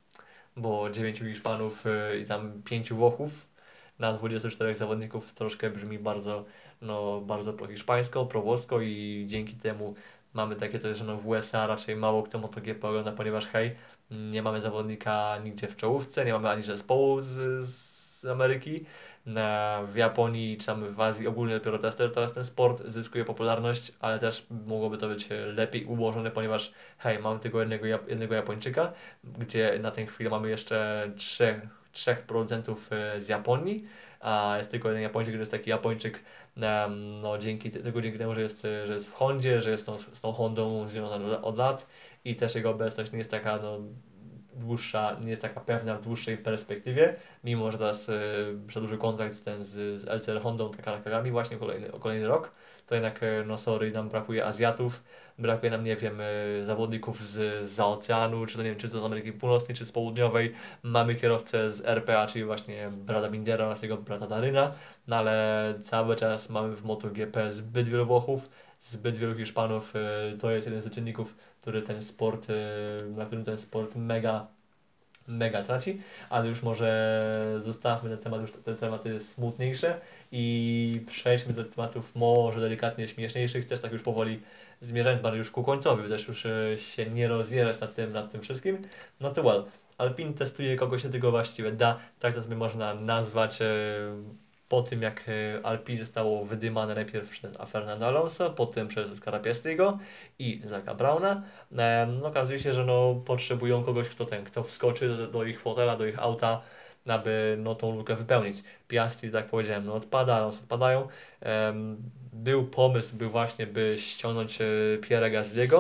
bo dziewięciu Hiszpanów y, i tam pięciu Włochów na dwudziestu czterech zawodników troszkę brzmi bardzo, no, bardzo prohiszpańsko, prowłosko i dzięki temu mamy takie coś, że no w U S A raczej mało kto MotoGP ogląda, ponieważ hej, nie mamy zawodnika nigdzie w czołówce, nie mamy ani zespołu z, z Ameryki. Na, w Japonii czy tam w Azji ogólnie dopiero teraz, teraz ten sport zyskuje popularność, ale też mogłoby to być lepiej ułożone, ponieważ hej, mamy tylko jednego, Jap- jednego Japończyka, gdzie na tę chwilę mamy jeszcze trzech, trzech producentów e, z Japonii, a jest tylko jeden Japończyk, który jest taki Japończyk, em, no dzięki, tylko dzięki temu, że jest, e, że jest w Hondzie, że jest tą, z tą Hondą związany od lat i też jego obecność nie jest taka no, dłuższa, nie jest taka pewna w dłuższej perspektywie, mimo że teraz e, przedłużył kontrakt z, ten, z, z L C R Hondą Takarakami właśnie kolejny, o kolejny rok, to jednak e, no sorry, nam brakuje Azjatów, brakuje nam, nie wiem, e, zawodników z, z oceanu, czy to nie wiem, czy to z Ameryki Północnej, czy z Południowej. Mamy kierowcę z R P A, czyli właśnie brata Bindera oraz jego brata Daryna, no ale cały czas mamy w MotoGP zbyt wielu Włochów, zbyt wielu Hiszpanów. e, To jest jeden z czynników, który ten sport, e, na którym ten sport mega mega traci, ale już może zostawmy ten temat, już te tematy smutniejsze i przejdźmy do tematów może delikatnie śmieszniejszych, też tak już powoli zmierzając bardziej już ku końcowi, by też już e, się nie rozjerać nad tym, nad tym wszystkim. No to well, Alpine testuje kogoś się tego właściwie da, tak to sobie można nazwać. E, po tym jak e, Alpine zostało wydymane najpierw przez Fernando Alonso, potem przez Oscara Piastriego i Zacka Browna, e, no, okazuje się, że no, potrzebują kogoś, kto ten, kto wskoczy do, do ich fotela, do ich auta, aby no, tą lukę wypełnić. Piastri, tak jak powiedziałem, no, odpada, Alonso odpadają. Em, był pomysł, by właśnie by ściągnąć e, Pierre'a Gasly'ego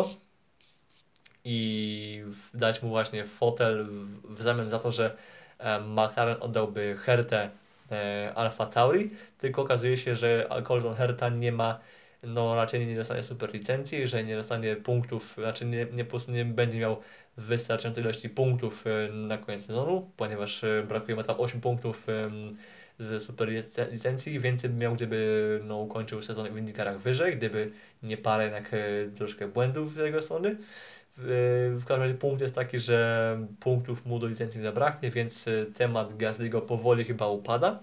i w- dać mu właśnie fotel w, w zamian za to, że e, McLaren oddałby Hertę e, Alfa Tauri, tylko okazuje się, że Colton Herta nie ma, no raczej nie dostanie super licencji, że nie dostanie punktów, znaczy nie, nie, po prostu nie będzie miał wystarczającej ilości punktów e, na koniec sezonu, ponieważ e, brakuje mu tam osiem punktów em, z super lice- licencji, więcej by miał, gdyby no, ukończył sezon w IndyCarach wyżej, gdyby nie parę jednak e, troszkę błędów z jego strony. W, w każdym razie punkt jest taki, że punktów mu do licencji zabraknie, więc e, temat Gasly'ego powoli chyba upada.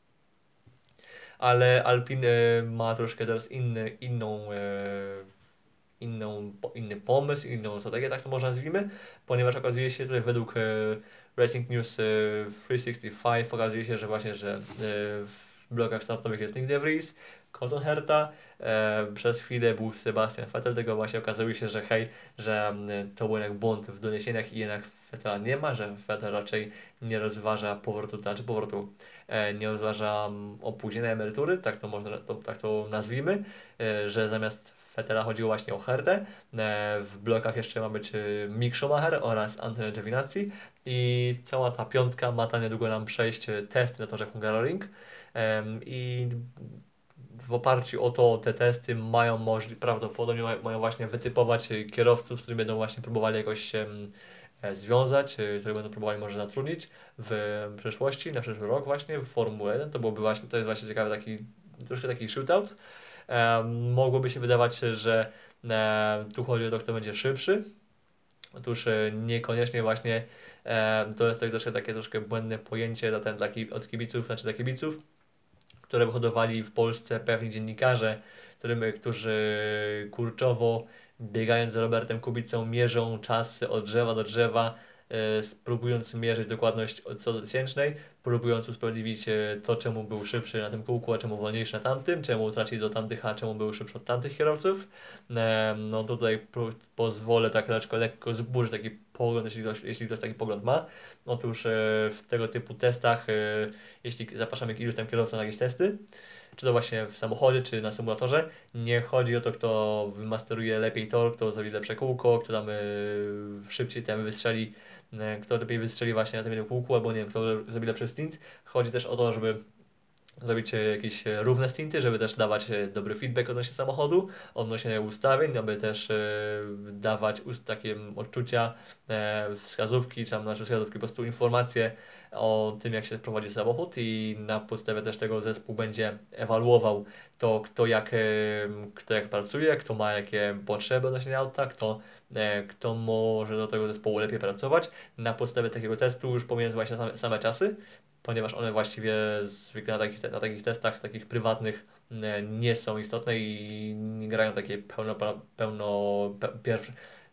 Ale Alpine e, ma troszkę teraz inny, inną, e, inną, po- inny pomysł, inną strategię, tak to może nazwijmy, ponieważ okazuje się tutaj według e, Racing News e, trzysta sześćdziesiąt pięć okazuje się, że właśnie, że e, w- blokach startowych jest Nick de Vries, Colton Herta, e, przez chwilę był Sebastian Vettel, tego właśnie okazało się, że hej, że m, to był jednak błąd w doniesieniach i jednak Vettela nie ma, że Vettel raczej nie rozważa powrotu, znaczy powrotu, e, nie rozważa m, opóźnienia emerytury, tak to można, to, tak to nazwijmy, e, że zamiast Vettela chodziło właśnie o Hertę. E, w blokach jeszcze ma być e, Mick Schumacher oraz Antonio Giovinazzi i cała ta piątka ma tam niedługo nam przejść e, testy na torze Hungaroring. Em, I w oparciu o to te testy mają możli- prawdopodobnie ma- mają właśnie wytypować e, kierowców, z którymi będą właśnie próbowali jakoś się e, związać, e, których będą próbowali może zatrudnić w przyszłości, na przyszły rok właśnie w Formule jeden. To byłoby właśnie, to jest właśnie ciekawy taki, troszkę taki shootout. Em, mogłoby się wydawać, że e, tu chodzi o to, kto będzie szybszy. Otóż e, niekoniecznie właśnie e, to jest tak troszkę takie troszkę błędne pojęcie dla, ten, dla, ki- od kibiców, znaczy dla kibiców, które wyhodowali w Polsce pewni dziennikarze, którym, którzy kurczowo biegając za Robertem Kubicą mierzą czasy od drzewa do drzewa, e, spróbując mierzyć dokładność od co do tysięcznej, próbując usprawiedliwić e, to, czemu był szybszy na tym kółku, a czemu wolniejszy na tamtym, czemu traci do tamtych, a czemu był szybszy od tamtych kierowców. E, No tutaj po, pozwolę tak lekko, lekko zburzyć taki pogląd, jeśli ktoś, jeśli ktoś taki pogląd ma. Otóż e, w tego typu testach, e, jeśli zapraszamy iluś tam kierowców na jakieś testy, czy to właśnie w samochodzie, czy na symulatorze, nie chodzi o to, kto wymasteruje lepiej tor, kto zrobi lepsze kółko, kto tam y, szybciej tam wystrzeli, y, kto lepiej wystrzeli właśnie na tym jednym kółku, albo nie wiem, kto zrobi lepszy stint. Chodzi też o to, żeby zrobić e, jakieś e, równe stinty, żeby też dawać e, dobry feedback odnośnie samochodu, odnośnie ustawień, aby też e, dawać ust- takie odczucia, e, wskazówki, czy tam znaczy wskazówki, po prostu informacje o tym, jak się prowadzi samochód i na podstawie też tego zespół będzie ewaluował to, kto jak, e, kto jak pracuje, kto ma jakie potrzeby odnośnie auta, kto, e, kto może do tego zespołu lepiej pracować. Na podstawie takiego testu już pomijając właśnie same, same czasy, ponieważ one właściwie zwykle na takich, te- na takich testach, takich prywatnych e, nie są istotne i nie grają takiej pełno, pełno pe, pierwszy,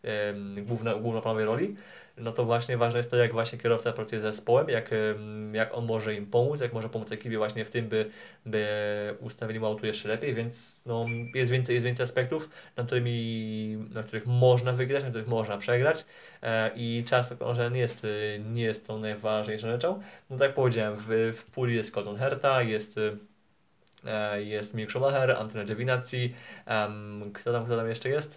em, główno, głównoplanowej roli. No to właśnie ważne jest to, jak właśnie kierowca pracuje z zespołem, jak, em, jak on może im pomóc, jak może pomóc ekipie właśnie w tym, by, by ustawili mu auto jeszcze lepiej, więc no, jest więcej, jest więcej aspektów, na, którymi, na których można wygrać, na których można przegrać e, i czas może nie jest, e, nie jest tą najważniejszą rzeczą. No tak jak powiedziałem, w, w puli jest Colton Herta, jest, e, jest Mick Schumacher, Antonio Giovinazzi, em, kto tam, kto tam jeszcze jest?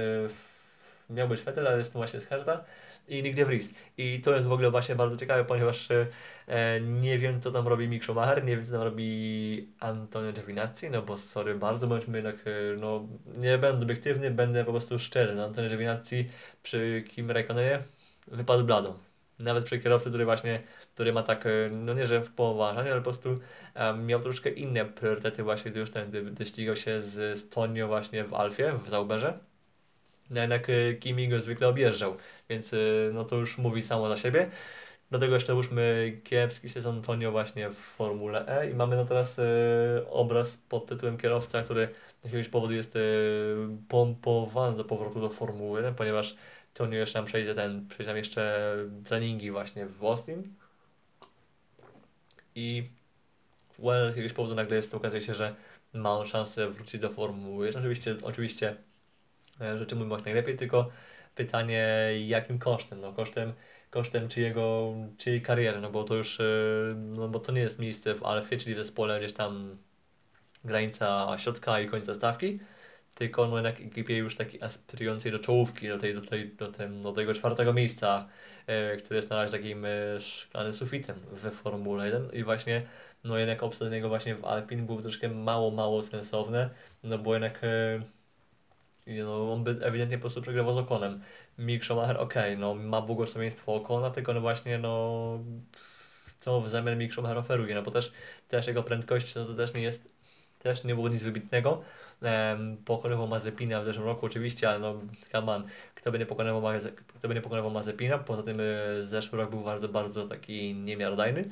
E, miał być Vettel, ale jest to właśnie z Herta i Nick de Vries. I to jest w ogóle właśnie bardzo ciekawe, ponieważ e, nie wiem, co tam robi Mick Schumacher, nie wiem, co tam robi Antonio Giovinazzi, no bo sorry bardzo, bądźmy jednak, e, no nie będę obiektywny, będę po prostu szczery. No, Antonio Giovinazzi przy Kim Raikkonie wypadł blado. Nawet przy kierowcy, który właśnie, który ma tak, e, no nie że w poważaniu, ale po prostu um, miał troszkę inne priorytety właśnie, gdy już ten, gdy, gdy ścigał się z, z Tonio właśnie w Alfie, w Zauberze. No jednak e, Kimi go zwykle objeżdżał, więc e, no to już mówi samo za siebie. Do tego jeszcze łóżmy kiepski sezon Tonio właśnie w Formule E i mamy no teraz e, obraz pod tytułem kierowca, który z jakiegoś powodu jest e, pompowany do powrotu do Formuły jeden, ponieważ Tonio jeszcze nam przejdzie ten, przejdzie nam jeszcze treningi właśnie w Austin i well, z jakiegoś powodu nagle jest, okazuje się, że ma on szansę wrócić do Formuły jeden. Oczywiście, oczywiście e, życzymy mu jak najlepiej, tylko pytanie jakim kosztem? No kosztem, kosztem czyjego, czyjej kariery, no bo to już, e, no bo to nie jest miejsce w Alfie, czyli w zespole gdzieś tam granica środka i końca stawki, tylko no jednak ekipie już takiej aspirującej do czołówki, do, tej, do, tej, do, tem, do tego czwartego miejsca, e, które jest na razie takim e, szklanym sufitem we Formule jeden i właśnie no jednak obsadzenie go właśnie w Alpine było troszkę mało, mało sensowne, no bo jednak e, no, on by ewidentnie po prostu przegrywał z Okonem. Mick Schumacher, okej, no ma błogosławieństwo Okona, tylko no właśnie no co w zamian Mick Schumacher oferuje, no bo też, też jego prędkość no to też nie jest, też nie było nic wybitnego. Um, pokonywał Mazepina w zeszłym roku oczywiście, ale no come on, kto by nie pokonywał, Maze, kto by nie pokonywał Mazepina, poza tym e, zeszły rok był bardzo, bardzo taki niemiarodajny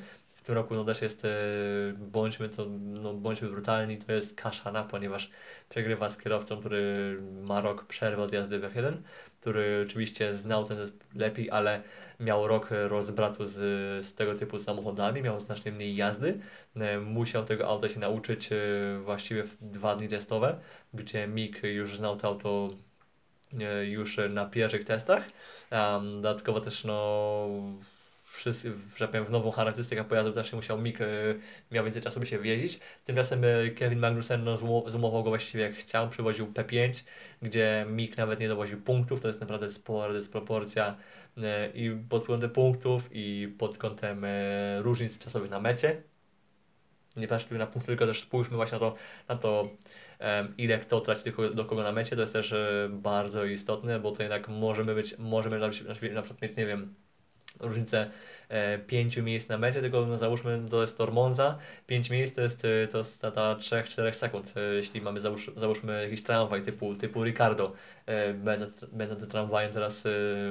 w tym roku no też jest, e, bądźmy to, no bądźmy brutalni, to jest kaszana, ponieważ przegrywa z kierowcą, który ma rok przerwy od jazdy w F jeden, który oczywiście znał ten zespół lepiej, ale miał rok rozbratu z, z tego typu samochodami, miał znacznie mniej jazdy, e, musiał tego auta się nauczyć e, właściwie w dwa dni testowe, gdzie Mick już znał to auto e, już na pierwszych testach. Um, dodatkowo też no wszyscy, że tak powiem, w nową charakterystykę pojazdu też się musiał Mick, e, miał więcej czasu by się wjeździć. Tymczasem e, Kevin Magnussen no, zło- zoomował go właściwie jak chciał, przywoził P pięć, gdzie Mick nawet nie dowoził punktów, to jest naprawdę spora dysproporcja e, i pod kątem punktów i pod kątem e, różnic czasowych na mecie. Nie patrzmy na punkty, tylko też spójrzmy właśnie na to, na to em, ile kto traci do kogo, do kogo na mecie. To jest też e, bardzo istotne, bo to jednak możemy być, możemy na, na, na przykład mieć, nie wiem, różnicę e, pięciu miejsc na mecie, tylko no, załóżmy to jest tor Monza, pięć miejsc to jest, e, to jest ta trzy cztery sekund. E, jeśli mamy załóż, załóżmy jakiś tramwaj typu, typu Ricardo, e, będąc, będąc tramwajem teraz e,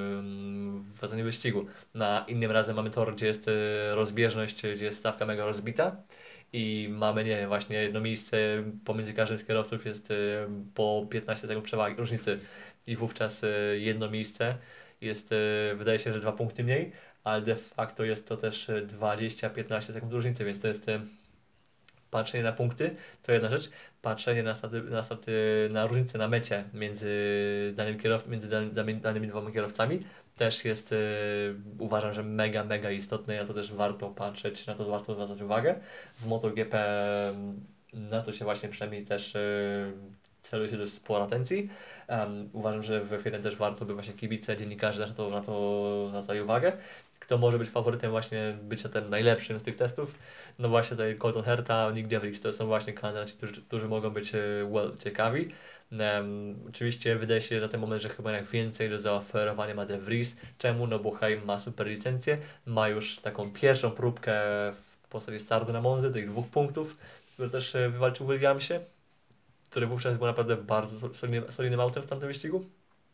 w ocenie wyścigu. Na innym razem mamy tor, gdzie jest e, rozbieżność, gdzie jest stawka mega rozbita i mamy, nie wiem, właśnie jedno miejsce pomiędzy każdym z kierowców jest e, po piętnaście sekund przewagi, różnicy i wówczas e, jedno miejsce jest, e, wydaje się, że dwa punkty mniej, ale de facto jest to też e, dwadzieścia piętnaście sekund różnicy, więc to jest e, patrzenie na punkty to jedna rzecz, patrzenie na, staty, na, staty, na różnicę na mecie między, danym kierow, między danymi, danymi dwoma kierowcami też jest, e, uważam, że mega, mega istotne i na to też warto patrzeć, na to warto zwracać uwagę. W MotoGP mm, na to się właśnie przynajmniej też e, celuje się dość sporo atencji. Um, uważam, że w F jeden też warto by właśnie kibice, dziennikarze też na to, na to zwracali uwagę. Kto może być faworytem właśnie bycia tym najlepszym z tych testów? No właśnie tutaj Colton Herta, Nick De Vries, to są właśnie kandydaci, którzy, którzy mogą być e, well, ciekawi. Um, oczywiście wydaje się na ten moment, że chyba najwięcej do zaoferowania ma De Vries. Czemu? No bo Heim ma super licencję, ma już taką pierwszą próbkę w postaci startu na Monzy, tych dwóch punktów, które też e, wywalczył w Williamsie, który wówczas był naprawdę bardzo solidnym, solidnym autem w tamtym wyścigu.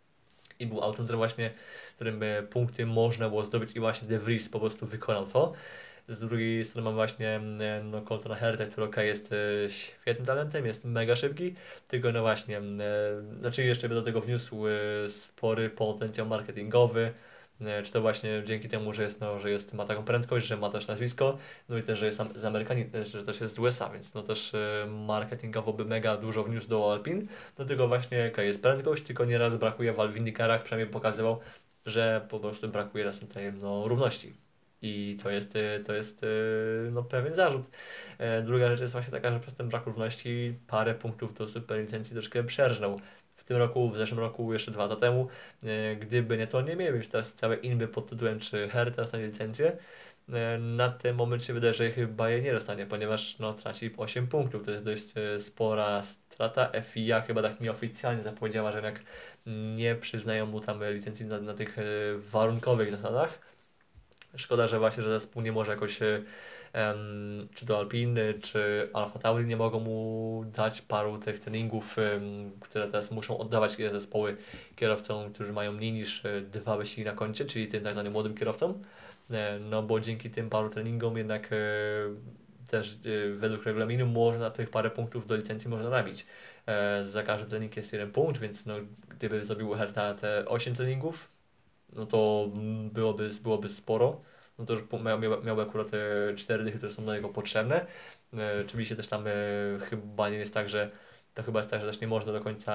I był autem, który właśnie, którym e, punkty można było zdobyć i właśnie De Vries po prostu wykonał to. Z drugiej strony mam właśnie e, no, Coltona Herta, który ok, jest e, świetnym talentem, jest mega szybki, tylko no właśnie, e, znaczy jeszcze by do tego wniósł e, spory potencjał marketingowy, e, czy to właśnie dzięki temu, że jest, no, że jest, ma taką prędkość, że ma też nazwisko, no i też, że jest am- z Amerykanin, też, że też jest z U S A, więc no też e, marketingowo by mega dużo wniósł do Alpine, do tego właśnie jaka jest prędkość, tylko nieraz brakuje w Windikarach, przynajmniej pokazywał, że po prostu brakuje czasem tej no, równości. I to jest, e, to jest e, no, pewien zarzut. E, Druga rzecz jest właśnie taka, że przez ten brak równości parę punktów do superlicencji troszkę przerżnął. W tym roku, w zeszłym roku, jeszcze dwa lata temu, e, gdyby nie to, nie mielibyśmy teraz całe inby pod tytułem, czy Hertha dostanie licencję. E, Na ten moment się wydaje, że chyba jej nie dostanie, ponieważ no, traci osiem punktów. To jest dość e, spora strata. F I A chyba tak nieoficjalnie zapowiedziała, że jednak nie przyznają mu tam licencji na, na tych e, warunkowych zasadach. Szkoda, że właśnie, że zespół nie może jakoś, e, em, czy to Alpiny, czy Alfa Tauri nie mogą mu dać paru tych treningów, em, które teraz muszą oddawać zespoły kierowcom, którzy mają mniej niż e, dwa wyścigi na koncie, czyli tym tak zwanym młodym kierowcom. E, no bo dzięki tym paru treningom jednak e, też e, według regulaminu można tych parę punktów do licencji można nabić. E, za każdy trening jest jeden punkt, więc no, gdyby zrobił Hertha te osiem treningów, no to mm, byłoby, byłoby sporo. No to już pu- miał, miał, miałby akurat te cztery dychy, które są do niego potrzebne. E, oczywiście też tam e, chyba nie jest tak, że to chyba jest tak, że też nie można do końca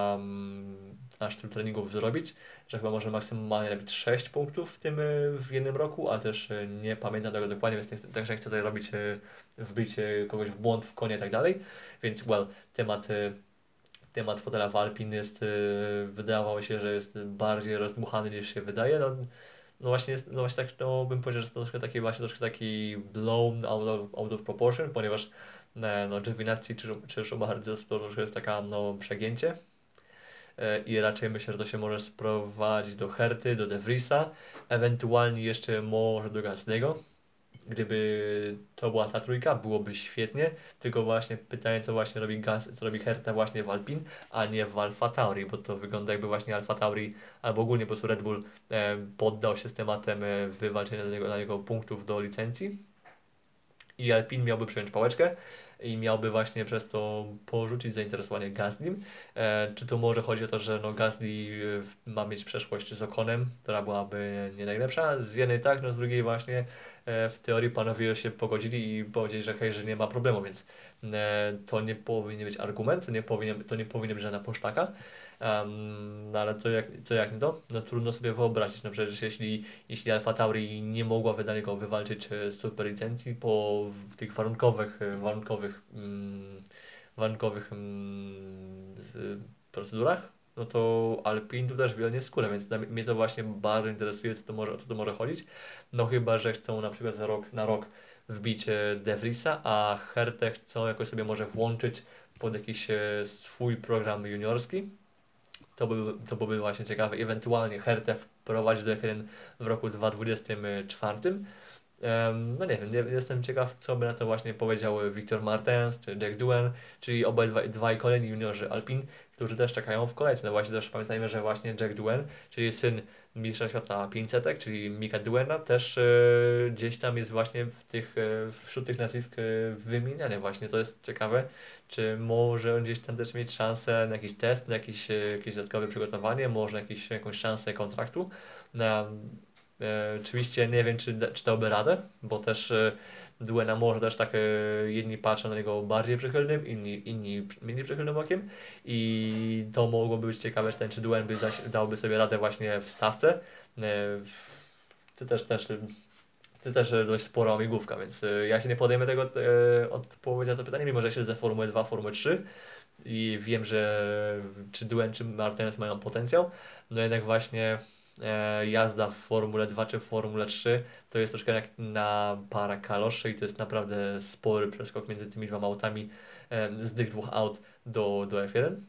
mm, aż tylu treningów zrobić, że chyba można maksymalnie robić sześć punktów w tym e, w jednym roku, ale też e, nie pamiętam tego dokładnie, więc nie chcę- także nie chcę tutaj robić, e, wbić e, kogoś w błąd, w konie i tak dalej. Więc well, temat e, temat fotela w Alpin jest, y, wydawało się, że jest bardziej rozdmuchany niż się wydaje. No, no właśnie, jest, no właśnie tak, no bym powiedział, że to troszkę taki właśnie troszkę taki blown out of, out of proportion, ponieważ e, no Giovinazzi czy, czy Schumacher to, to troszkę jest taka no przegięcie. E, I raczej myślę, że to się może sprowadzić do Herty, do De Vriesa, ewentualnie jeszcze może do Gasly'ego. Gdyby to była ta trójka, byłoby świetnie, tylko właśnie pytanie, co właśnie robi Gas, co robi Hertha właśnie w Alpine, a nie w Alfa Tauri, bo to wygląda jakby właśnie Alfa Tauri, albo ogólnie po prostu Red Bull e, poddał się z tematem e, wywalczenia dla niego, dla niego punktów do licencji. i Alpine miałby przejąć pałeczkę i miałby właśnie przez to porzucić zainteresowanie Gasly. E, czy to może chodzi o to, że no Gasly e, ma mieć przeszłość z Okonem, która byłaby nie najlepsza? Z jednej tak, no z drugiej właśnie e, w teorii panowie się pogodzili i powiedzieli, że hej, że nie ma problemu, więc e, to nie powinien być argument, to nie powinien, to nie powinien być żadna poszlaka. Um, no ale co jak, co jak nie to? No trudno sobie wyobrazić, no przecież jeśli, jeśli Alfa Tauri nie mogła wydanie go wywalczyć e, z super licencji po w tych warunkowych, e, warunkowych, mm, warunkowych mm, z, procedurach, no to Alpine tu też wiele nie skóra, więc dla mnie to właśnie bardzo interesuje, co to może, o co to może chodzić. No chyba, że chcą na przykład za rok na rok wbić e, De Vriesa, a Hertę chcą jakoś sobie może włączyć pod jakiś e, swój program juniorski. To by, to byłoby właśnie ciekawe. Ewentualnie Hertę wprowadzić do F jeden w roku dwa tysiące dwudziestym czwartym. Em, no nie wiem, nie, jestem ciekaw, co by na to właśnie powiedział Victor Martens czy Jack Doohan, czyli obaj dwaj, dwaj kolejni juniorzy Alpin, którzy też czekają w kolejce. No właśnie też pamiętajmy, że właśnie Jack Doohan, czyli syn mistrza świata pięćset, czyli Mika Doohana, też e, gdzieś tam jest właśnie w tych, e, wśród tych nazwisk e, wymieniany właśnie. To jest ciekawe, czy może on gdzieś tam też mieć szansę na jakiś test, na jakieś, e, jakieś dodatkowe przygotowanie, może jakieś, jakąś szansę kontraktu. Na, E, oczywiście nie wiem, czy, da- czy dałby radę, bo też e, Duena może też tak e, jedni patrzą na niego bardziej przychylnym, inni, inni mniej przychylnym okiem i to mogłoby być ciekawe, czy ten czy Duen by da, się- dałby sobie radę właśnie w stawce. E, w- ty też, też, ty też e, dość spora omigówka, więc e, ja się nie podejmę tego e, odpowiedzi na to pytanie, mimo że śledzę Formułę dwa, Formułę trzy i wiem, że czy Duen, czy Martinez mają potencjał, no jednak właśnie e, jazda w Formule dwa czy w Formule trzy to jest troszkę jak na para kaloszy i to jest naprawdę spory przeskok między tymi dwoma autami e, z tych dwóch aut do, do F jeden.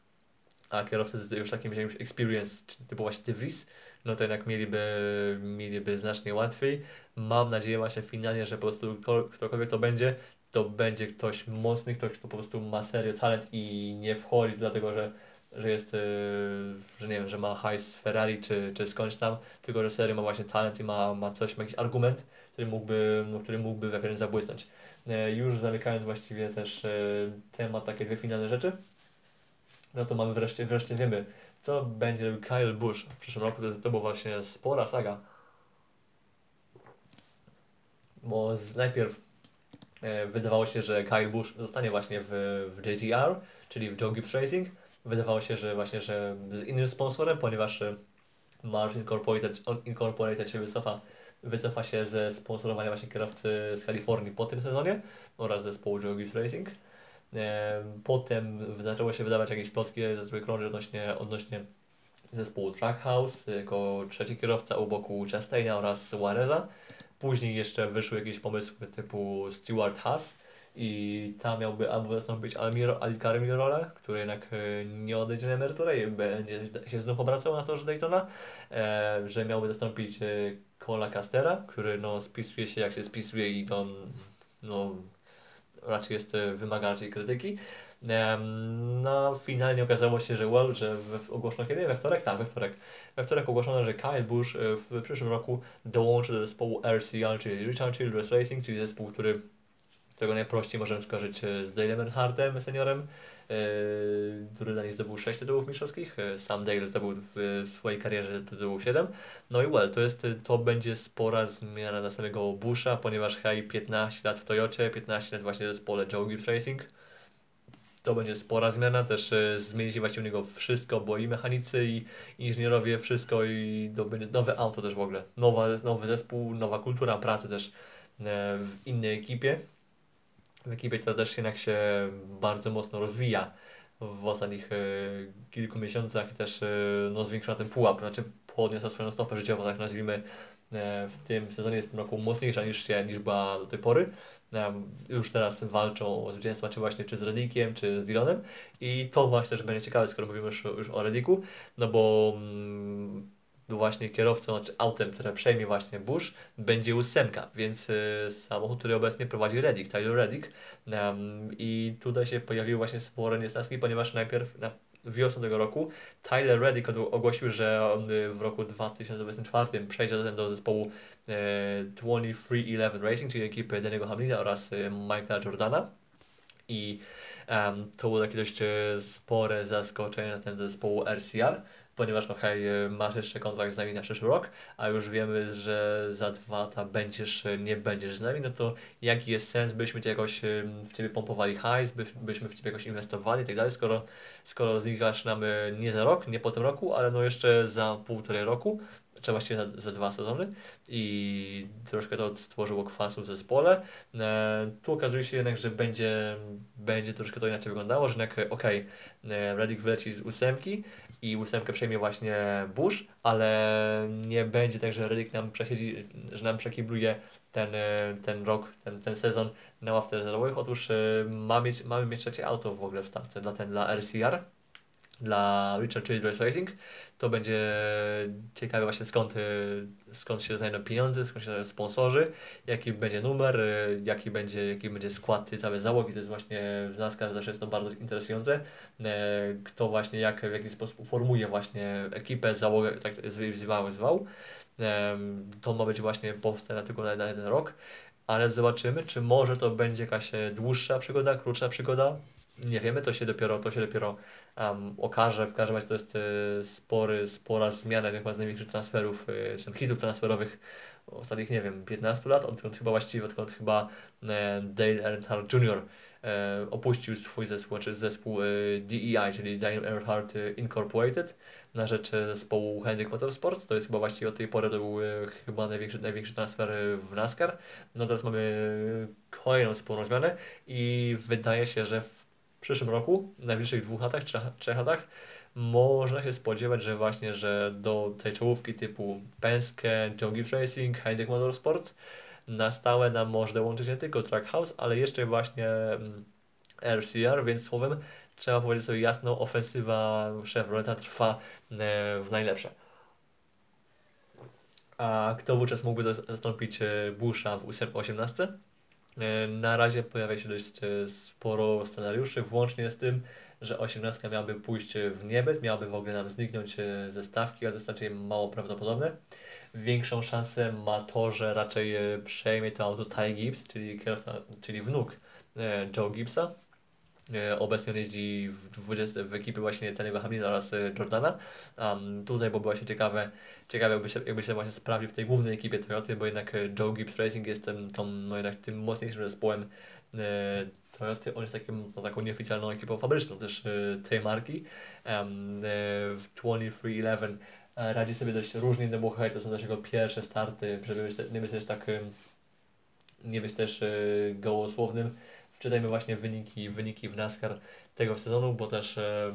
A kierowcy z już takim jakimś experience, czy typu właśnie De Vries, no to jednak mieliby, mieliby znacznie łatwiej. Mam nadzieję właśnie finalnie, że po prostu kto- ktokolwiek to będzie, to będzie ktoś mocny, ktoś, kto po prostu ma serio talent i nie wchodzi dlatego, że, że jest, yy, że nie wiem, że ma hajs z Ferrari czy, czy skądś tam, tylko że serio ma właśnie talent i ma, ma coś, ma jakiś argument, który mógłby, no, który mógłby we F jeden zabłysnąć. E, już zamykając właściwie też e, temat, takie dwie finalne rzeczy. No to mamy wreszcie, wreszcie wiemy, co będzie robił Kyle Busch w przyszłym roku. To, to była właśnie spora saga, bo z, najpierw e, wydawało się, że Kyle Busch zostanie właśnie w, w J T R, czyli w Joe Gibbs Racing. Wydawało się, że właśnie, że z innym sponsorem, ponieważ e, March Incorporated, on Incorporated się wycofa, wycofa się ze sponsorowania właśnie kierowcy z Kalifornii po tym sezonie oraz zespołu Joe Gibbs Racing. E, Potem zaczęło się wydawać jakieś plotki, zaczęły krążyć odnośnie, odnośnie zespołu Trackhouse jako trzeci kierowca u boku Chastaina oraz Suareza. Później jeszcze wyszły jakieś pomysły typu Stuart Haas i tam miałby albo zastąpić Almiro, Alcaro Mirole, który jednak e, nie odejdzie na emeryturę i będzie się znów obracał na torze Daytona, e, że miałby zastąpić e, Cola Castera, który no, spisuje się jak się spisuje i to no, raczej jest e, wymaga raczej krytyki. Em, No, finalnie okazało się, że well, że we, ogłoszono kiedy? We wtorek? Tak, we wtorek. We wtorek ogłoszono, że Kyle Busch e, w przyszłym roku dołączy do zespołu R C R, czyli Richard Childress Racing, czyli zespół, który, którego najprościej możemy skojarzyć e, z Dale'em Earnhardtem, seniorem, e, który na nich zdobył sześć tytułów mistrzowskich. E, Sam Dale zdobył w, w swojej karierze tytułów siedem. No i well, to jest, to będzie spora zmiana dla samego Busha, ponieważ hej, piętnaście lat w Toyocie, piętnaście lat właśnie w zespole Joe Gibbs Racing. To będzie spora zmiana, też e, zmieni się właściwie u niego wszystko, bo i mechanicy, i inżynierowie, wszystko i to będzie nowe auto też w ogóle. Nowa, nowy zespół, nowa kultura pracy też e, w innej ekipie. W ekipie to też jednak się bardzo mocno rozwija w ostatnich e, kilku miesiącach i też e, no, zwiększa ten pułap, znaczy podniosła swoją stopę życiową, tak nazwijmy, e, w tym sezonie, jest w tym roku mocniejsza niż, się, niż była do tej pory. E, już teraz walczą o zwycięstwa, czy właśnie czy z Redickiem, czy z Dylanem i to właśnie też będzie ciekawe, skoro mówimy już, już o Redicku, no bo mm, właśnie kierowcą, czy autem, które przejmie właśnie Bush, będzie ósemka, więc y, samochód, który obecnie prowadzi Reddick, Tyler Reddick. Um, I tutaj się pojawiły właśnie spore niesnaski, ponieważ najpierw na, wiosną tego roku Tyler Reddick ogłosił, że on w roku dwa tysiące dwudziestym czwartym przejdzie do, do zespołu e, dwadzieścia trzy jedenaście Racing, czyli ekipy Danny'ego Hamlina oraz e, Michaela Jordana. I um, to było takie dość e, spore zaskoczenie na ten zespołu R C R, ponieważ no hej, e, masz jeszcze kontrakt z nami na przyszły rok, a już wiemy, że za dwa lata będziesz, e, nie będziesz z nami, no to jaki jest sens, byśmy cię jakoś e, w ciebie pompowali hajs, by, byśmy w ciebie jakoś inwestowali i tak dalej, skoro, skoro znikasz nam e, nie za rok, nie po tym roku, ale no jeszcze za półtorej roku, czy właściwie za, za dwa sezony i troszkę to stworzyło kwasu w zespole. E, tu okazuje się jednak, że będzie, będzie troszkę to inaczej wyglądało, że jednak okej, okay, Reddick wyleci z ósemki i ósemkę przejmie właśnie Bush, ale nie będzie tak, że Reddick nam przesiedzi, że nam przekibluje ten, e, ten rok, ten, ten sezon na ławce rezerwowych. Otóż e, ma mieć, mamy mieć trzecie auto w ogóle w stawce dla, ten, dla R C R, dla Richard Childress Racing. To będzie ciekawe właśnie skąd, y, skąd się znajdą pieniądze, skąd się znajdą sponsorzy, jaki będzie numer, y, jaki będzie, jaki będzie skład tej całej załogi. To jest właśnie w NASCAR zawsze jest to bardzo interesujące. E, Kto właśnie jak, w jaki sposób uformuje właśnie ekipę, załogę, tak zwał, zwał. E, To ma być właśnie powstać tylko na, na jeden rok, ale zobaczymy, czy może to będzie jakaś e, dłuższa przygoda, krótsza przygoda. Nie wiemy, to się dopiero, to się dopiero um, okaże. W każdym razie to jest e, spory, spora zmiana, chyba z największych transferów, e, czy tam hitów transferowych ostatnich, nie wiem, piętnastu lat, odkąd chyba właściwie, odkąd chyba e, Dale Earnhardt junior e, opuścił swój zespół, czy zespół e, D E I, czyli Dale Earnhardt Incorporated, na rzecz e, zespołu Hendrick Motorsports. To jest chyba właściwie od tej pory to był e, chyba największy, największy transfer e, w NASCAR. No teraz mamy kolejną sporą zmianę i wydaje się, że w przyszłym roku, w najbliższych dwóch latach, trzech, trzech latach, można się spodziewać, że właśnie, że do tej czołówki typu Penske, Joe Gibbs Racing, Hendrick Motorsports na stałe nam może dołączyć nie tylko Trackhouse, ale jeszcze właśnie mm, R C R, więc słowem trzeba powiedzieć sobie jasno, ofensywa Chevroleta trwa e, w najlepsze. A kto wówczas mógłby dos- zastąpić e, Busha w ósem- osiemnastce? E, Na razie pojawia się dość e, sporo scenariuszy, włącznie z tym, że osiemnastka miałaby pójść e, w niebyt, miałaby w ogóle nam zniknąć e, ze stawki, ale to jest raczej mało prawdopodobne. Większą szansę ma to, że raczej e, przejmie to auto Ty Gibbs, czyli kierowca, czyli wnuk e, Joe Gibbsa. E, Obecnie on jeździ w, dwudziestej w ekipie właśnie Tannego Hamlina oraz e, Jordana. Um, tutaj byłoby właśnie ciekawe, ciekawe jakby się, jakby się właśnie sprawdził w tej głównej ekipie Toyoty, bo jednak e, Joe Gibbs Racing jest tym, tą, no jednak tym mocniejszym zespołem e, Toyoty. On jest takim, no, taką nieoficjalną ekipą fabryczną też e, tej marki. Um, e, w dwadzieścia trzy jedenaście e, radzi sobie dość różnie, no bo hej, to są też jego pierwsze starty, żeby być, te- nie być też tak, e, nie być też e, gołosłownym. Wczytajmy właśnie wyniki, wyniki w NASCAR tego sezonu, bo też e,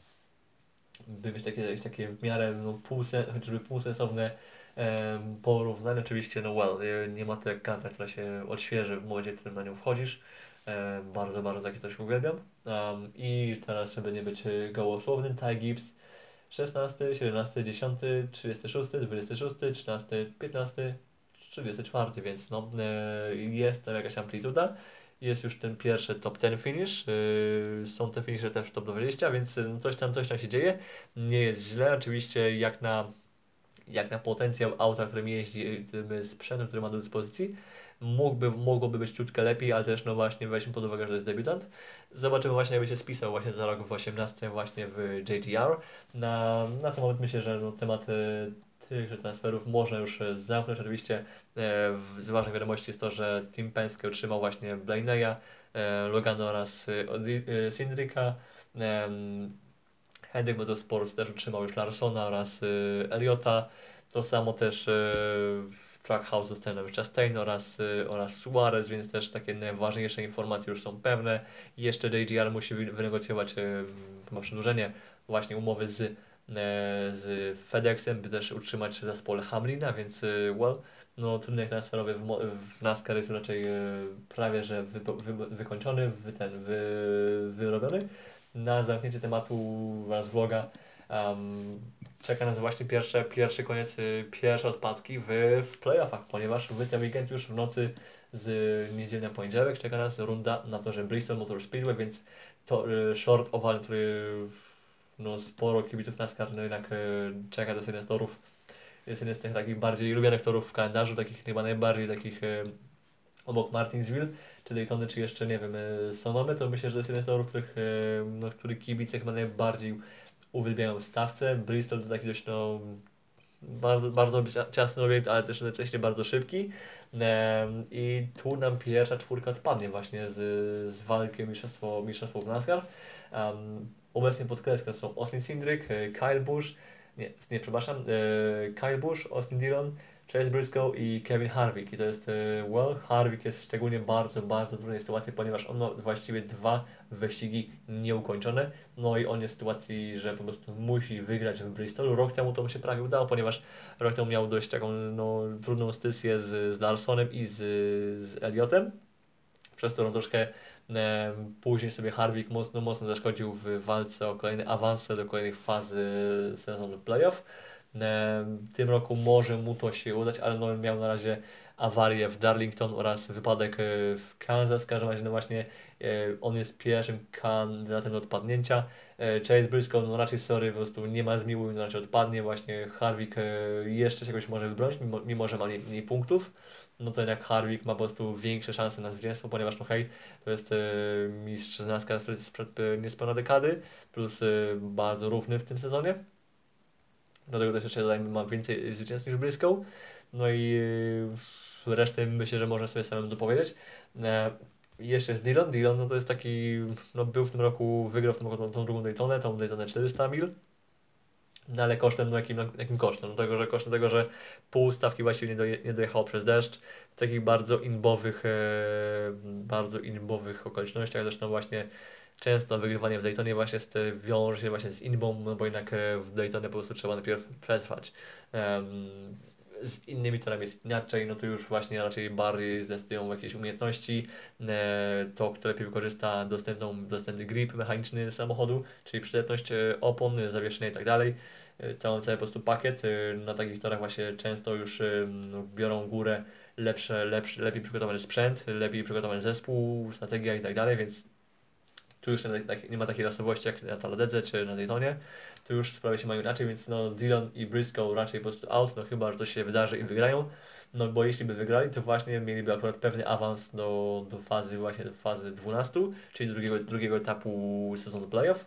by mieć takie, jakieś takie w miarę no, półsen, chociażby półsensowne e, porównanie. Oczywiście, no well, nie, nie ma to jak karta, która się odświeży w momencie, w którym na nią wchodzisz. E, bardzo, bardzo takie coś uwielbiam. Um, I teraz, żeby nie być e, gołosłownym, Ty Gibbs szesnasty, siedemnasty, dziesiąty, trzydziesty szósty, dwudziesty szósty, trzynasty, piętnasty, trzydziesty czwarty, więc no, e, jest tam jakaś amplituda. Jest już ten pierwszy top dziesięć finish, yy, są te finisze też w top dwadzieścia, więc yy, coś tam, coś tam się dzieje. Nie jest źle, oczywiście jak na, jak na potencjał auta, którym jeździ, yy, tym sprzętem, który ma do dyspozycji, mógłby, mogłoby być ciutkę lepiej, ale też no właśnie weźmy pod uwagę, że to jest debiutant. Zobaczymy właśnie, jakby się spisał właśnie za rok w osiemnastce właśnie w J T R. Na, na ten moment myślę, że no, temat yy, tychże transferów można już e, zamknąć. Oczywiście e, w- z ważnych wiadomości jest to, że Team Penske otrzymał właśnie Blaney'a, e, Logana oraz e, Odi- e, Cindrika. E, Hendrick Motorsports też otrzymał już Larsona oraz e, Eliota. To samo też e, w Trackhouse zostaną już Chastain oraz, e, oraz Suarez, więc też takie najważniejsze informacje już są pewne. Jeszcze J G R musi wy- wynegocjować e, chyba przedłużenie właśnie umowy z, e, z FedExem, by też utrzymać zespół Hamlina, więc e, well, no rynek transferowy w, mo- w NASCAR jest raczej e, prawie że wy, wy, wykończony, wy, ten, wy, wyrobiony. Na zamknięcie tematu oraz vloga um, czeka nas właśnie pierwsze, pierwszy koniec, y, pierwsze odpadki w, w playoffach, ponieważ w ten weekend już w nocy z niedzieli na poniedziałek czeka nas runda na torze Bristol Motor Speedway, więc to y, short oval, który no, sporo kibiców NASCAR no, jednak e, czeka do jednego z torów. Jest jeden z tych takich bardziej lubianych torów w kalendarzu, takich chyba najbardziej takich e, obok Martinsville, czy Daytony, czy jeszcze, nie wiem, e, Sonome, to myślę, że to jest jeden z torów, których, e, no, który kibice chyba najbardziej uwielbiają w stawce. Bristol to taki dość, no, bardzo, bardzo cia- ciasny obiekt, ale też jednocześnie bardzo szybki. Em, I tu nam pierwsza czwórka odpadnie właśnie z, z walki o mistrzostwo, mistrzostwo w NASCAR. Um, obecnie pod kreską są Austin Cindric, e, Kyle Busch, nie, nie przepraszam, e, Kyle Busch, Austin Dillon, Chase Briscoe i Kevin Harvick. I to jest, e, well, Harvick jest szczególnie bardzo, bardzo w trudnej sytuacji, ponieważ on ma właściwie dwa wyścigi nieukończone. No i on jest w sytuacji, że po prostu musi wygrać w Bristolu. Rok temu to mu się prawie udało, ponieważ rok temu miał dość taką no, trudną stycję z, z Larsonem i z, z Elliotem, przez którą troszkę e, później sobie Harvick mocno, mocno zaszkodził w walce o kolejne awanse do kolejnych faz e, sezonu playoff. E, w tym roku może mu to się udać, ale no, miał na razie awarię w Darlington oraz wypadek e, w Kansas. W każdym razie no właśnie e, on jest pierwszym kandydatem do odpadnięcia. E, Chase Briscoe no raczej sorry, po prostu nie ma zmiłu, no raczej odpadnie. Właśnie Harvick e, jeszcze się jakoś może wybronić, mimo, mimo że ma mniej, mniej punktów. No to jednak Harvick ma po prostu większe szanse na zwycięstwo, ponieważ no hej, to jest e, mistrz z NASCAR sprzed, sprzed e, niespełna dekady, plus e, bardzo równy w tym sezonie. Dlatego też jeszcze dodajmy, ma więcej zwycięstw niż Briscoe. No i e, resztę myślę, że można sobie samemu dopowiedzieć. E, i jeszcze jest Dillon. Dillon no to jest taki, no był w tym roku, wygrał w tym roku tą, tą drugą Daytonę, tą Daytonę czterysta mil. No ale kosztem, no jakim, jakim kosztem? No tego, że kosztem tego, że pół stawki właściwie nie, doje, nie dojechało przez deszcz, w takich bardzo inbowych, e, bardzo inbowych okolicznościach, zresztą właśnie często wygrywanie w Daytonie właśnie z, wiąże się właśnie z inbą, no bo jednak e, w Daytonie po prostu trzeba najpierw przetrwać. Em, z innymi torami jest inaczej, no to już właśnie raczej bardziej zdecydują jakieś umiejętności, e, to kto lepiej wykorzysta dostępną, dostępny grip mechaniczny samochodu, czyli przyczepność e, opon, zawieszenia i tak dalej. E, Całą, cały po prostu pakiet. E, Na takich torach właśnie często już e, no, biorą górę lepsze, lepszy, lepiej przygotowany sprzęt, lepiej przygotowany zespół, strategia i tak dalej, więc tu już nie, tak, nie ma takiej rasowości jak na Taladedze czy na Daytonie. Tu już sprawy się mają inaczej, więc no Dillon i Briscoe raczej po prostu out, no chyba, że coś się wydarzy i wygrają. No bo jeśli by wygrali, to właśnie mieliby akurat pewny awans do, do fazy właśnie do fazy dwunastu, czyli drugiego, drugiego etapu sezonu playoff.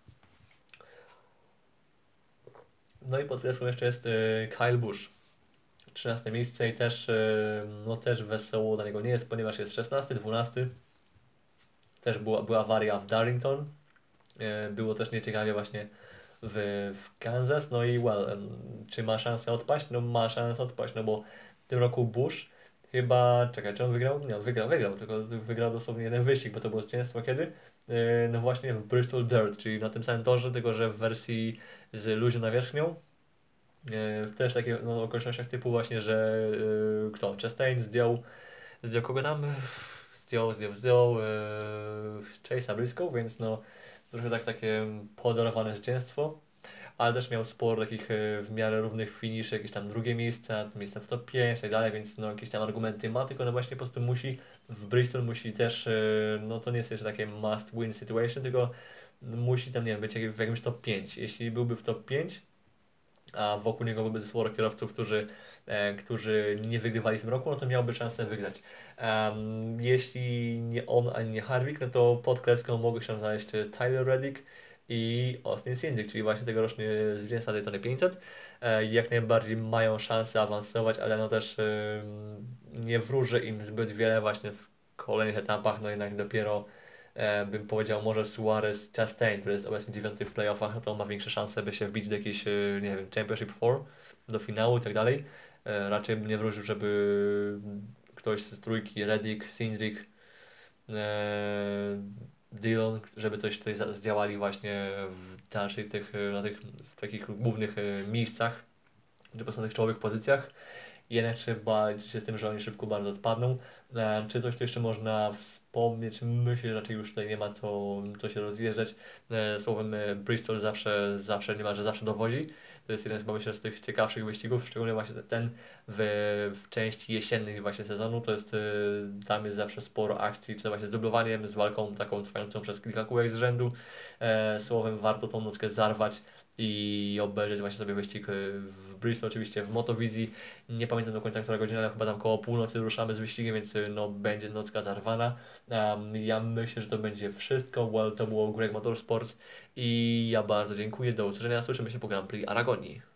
No i pod kreską jeszcze jest y, Kyle Busch. trzynaste miejsce i też, y, no też wesoło dla niego nie jest, ponieważ jest szesnasty, dwunasty. Też była, była awaria w Darlington. Y, było też nieciekawie właśnie w, w Kansas. No i well, em, czy ma szansę odpaść? No ma szansę odpaść, no bo w tym roku Bush chyba, czekaj, czy on wygrał? Nie, on wygrał, wygrał, tylko wygrał dosłownie jeden wyścig, bo to było zwycięstwo kiedy? Yy, no właśnie w Bristol Dirt, czyli na tym samym torze, tylko że w wersji z luźną nawierzchnią. Yy, w też takich no, okolicznościach typu właśnie, że yy, kto? Chastain zdjął, zdjął kogo tam? Zdjął, zdjął, zdjął yy, Chase'a Briscoe, więc no trochę tak takie podarowane zwycięstwo, ale też miał sporo takich e, w miarę równych finiszy, jakieś tam drugie miejsca, miejsca w top pięć i tak dalej, więc no jakieś tam argumenty ma, tylko no właśnie po prostu musi, w Bristol musi też, e, no to nie jest jeszcze takie must win situation, tylko musi tam, nie wiem, być jak- w jakimś top pięć. Jeśli byłby w top pięć, a wokół niego byłby sporo kierowców, którzy, e, którzy nie wygrywali w tym roku, no to miałby szansę wygrać. Em, jeśli nie on, ani nie Harvick, no to pod kreską mogę się znaleźć Tyler Reddick i Austin Cindric, czyli właśnie tegoroczny zwycięzca Daytony pięćset. E, jak najbardziej mają szansę awansować, ale no też em, nie wróży im zbyt wiele właśnie w kolejnych etapach, no jednak dopiero e, bym powiedział, może Suarez Chastain, który jest obecnie dziewiąty w playoffach, no to on ma większe szanse, by się wbić do jakiejś, e, nie wiem, Championship cztery, do finału i tak dalej. E, raczej bym nie wróżył, żeby ktoś z trójki, Reddick, Cindric, e, Dillon, żeby coś tutaj za- zdziałali właśnie w dalszych tych, e, na tych, w takich głównych e, miejscach, czy po prostu na tych czołowych pozycjach. Jednak trzeba liczyć się z tym, że oni szybko bardzo odpadną. E, czy coś tu jeszcze można wspomnieć? Myślę, że raczej już tutaj nie ma co, co się rozjeżdżać. E, słowem e, Bristol zawsze, zawsze niemalże zawsze dowodzi. To jest jeden z, chyba myślę, z tych ciekawszych wyścigów, szczególnie właśnie ten w, w części jesiennych właśnie sezonu. To jest, y, tam jest zawsze sporo akcji, czy to właśnie z dublowaniem, z walką taką trwającą przez kilka kółek z rzędu. E, słowem, warto tą nockę zarwać i obejrzeć właśnie sobie wyścig y, w Bristol, oczywiście w Motowizji. Nie pamiętam do końca, która godzina, ale chyba tam koło północy ruszamy z wyścigiem, więc y, no, będzie nocka zarwana. Um, ja myślę, że to będzie wszystko. Well, to było Greg Motorsports i ja bardzo dziękuję. Do usłyszenia. Słyszymy się po Grand Prix Aragonii.